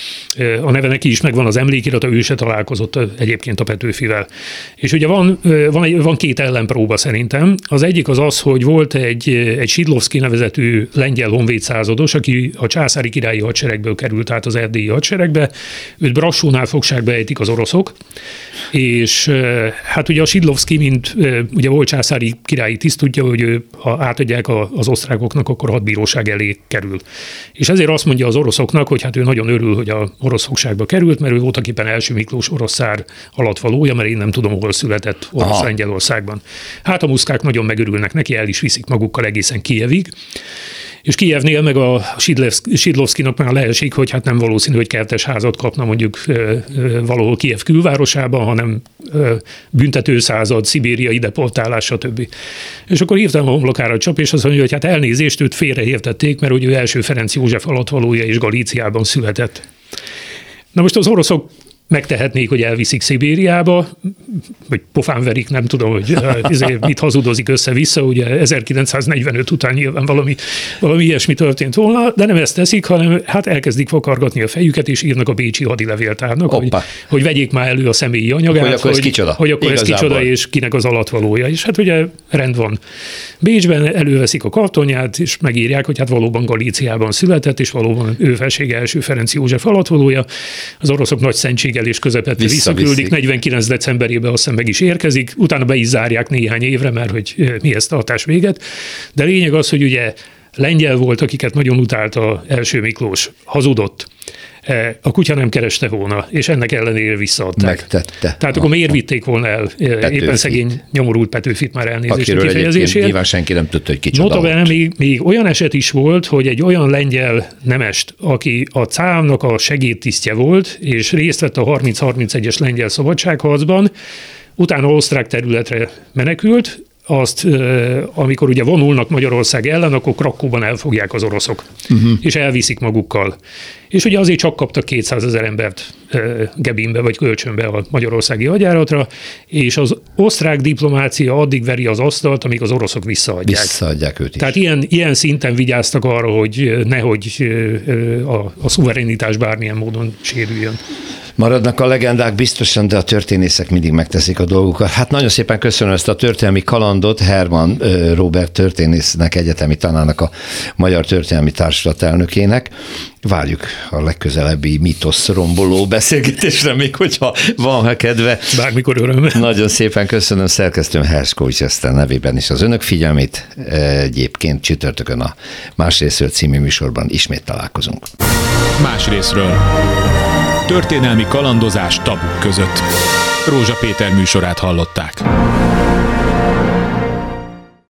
a neve, neki is megvan az emlékirata, ő se találkozott egyébként a Petőfivel. És ugye van két ellenpróba szerintem. Az egyik az, hogy volt egy Szydlovszky nevezetű lengyel honvéd százados, aki a császári királyi hadseregből került át az erdélyi hadseregbe. Őt Brassónál fogságba ejtik az oroszok, és hát ugye a Szydlovszky, mint ugye volt császári királyi tiszt, tudja, hogy ő, ha átadják az osztrákoknak, akkor hadbíróság elé kerül. És ezért azt mondja az oroszoknak, hogy hát ő nagyon örül, hogy a orosz fogságba került, mert ő voltaképpen első Miklós orosz szár alattvalója, mert én nem tudom, hol született Orosz-Lengyelországban. Hát a muszkák nagyon megörülnek neki, el is viszik magukkal egészen Kijevig. És Kijevnél meg a Szydlovszkynak már leesik, hogy hát nem valószínű, hogy kertes házat kapna mondjuk valahol Kijev külvárosában, hanem büntetőszázad, szibériai deportálás, stb. És akkor hirtelen a homlokára csap, és azt mondja, hogy hát elnézést, őt félreértették, mert hogy ő első Ferenc József alattvalója és Galíciában született. Na most az oroszok megtehetnék, hogy elviszik Szibériába, vagy pofán verik, nem tudom, hogy mit hazudozik össze-vissza, ugye 1945 után nyilván valami ilyesmi történt volna, de nem ezt teszik, hanem hát elkezdik vakargatni a fejüket, és írnak a bécsi hadilevéltárnak, hogy vegyék már elő a személyi anyagát, hogy akkor ez kicsoda, és kinek az alattvalója. És hát ugye rend van. Bécsben előveszik a kartonját, és megírják, hogy hát valóban Galíciában született, és valóban ő felsége első Ferenc József alattvalója. Az oroszok nagy szentséggel és közepette visszaküldik, 49. decemberében aztán meg is érkezik, utána be is zárják néhány évre, mert hogy mihez tartás véget. De lényeg az, hogy ugye lengyel volt, akiket nagyon utálta első Miklós, hazudott. A kutya nem kereste volna, és ennek ellenére visszaadták. Megtette. Tehát akkor miért vitték volna el éppen szegény nyomorult Petőfit, már elnézést a kifejezésért. Nyilván senki nem tudta, hogy kicsoda. Notabene még olyan eset is volt, hogy egy olyan lengyel nemest, aki a cámnak a segédtisztje volt, és részt vett a 30-31-es lengyel szabadságharcban, utána osztrák területre menekült, azt, amikor ugye vonulnak Magyarország ellen, akkor Krakóban elfogják az oroszok, és elviszik magukkal. És ugye azért csak kaptak 200 000 embert gebinbe vagy kölcsönbe a magyarországi hadjáratra, és az osztrák diplomácia addig veri az asztalt, amíg az oroszok visszaadják. Visszaadják őt is. Tehát ilyen szinten vigyáztak arra, hogy nehogy a szuverenitás bármilyen módon sérüljön. Maradnak a legendák biztosan, de a történészek mindig megteszik a dolgukat. Hát nagyon szépen köszönöm ezt a történelmi kalandot Herman Róbert történésznek, egyetemi tanának, a Magyar Történelmi Társulat elnökének. Várjuk a legközelebbi mítosz romboló beszélgetésre, még hogyha van kedve. Bármikor örömmel. Nagyon szépen köszönöm szerkesztőm Herszkóvics Eszter nevében is az önök figyelmét. Egyébként csütörtökön a Másrészről című műsorban ismét találkozunk. Másrészről. Történelmi kalandozás tabuk között. Rózsa Péter műsorát hallották.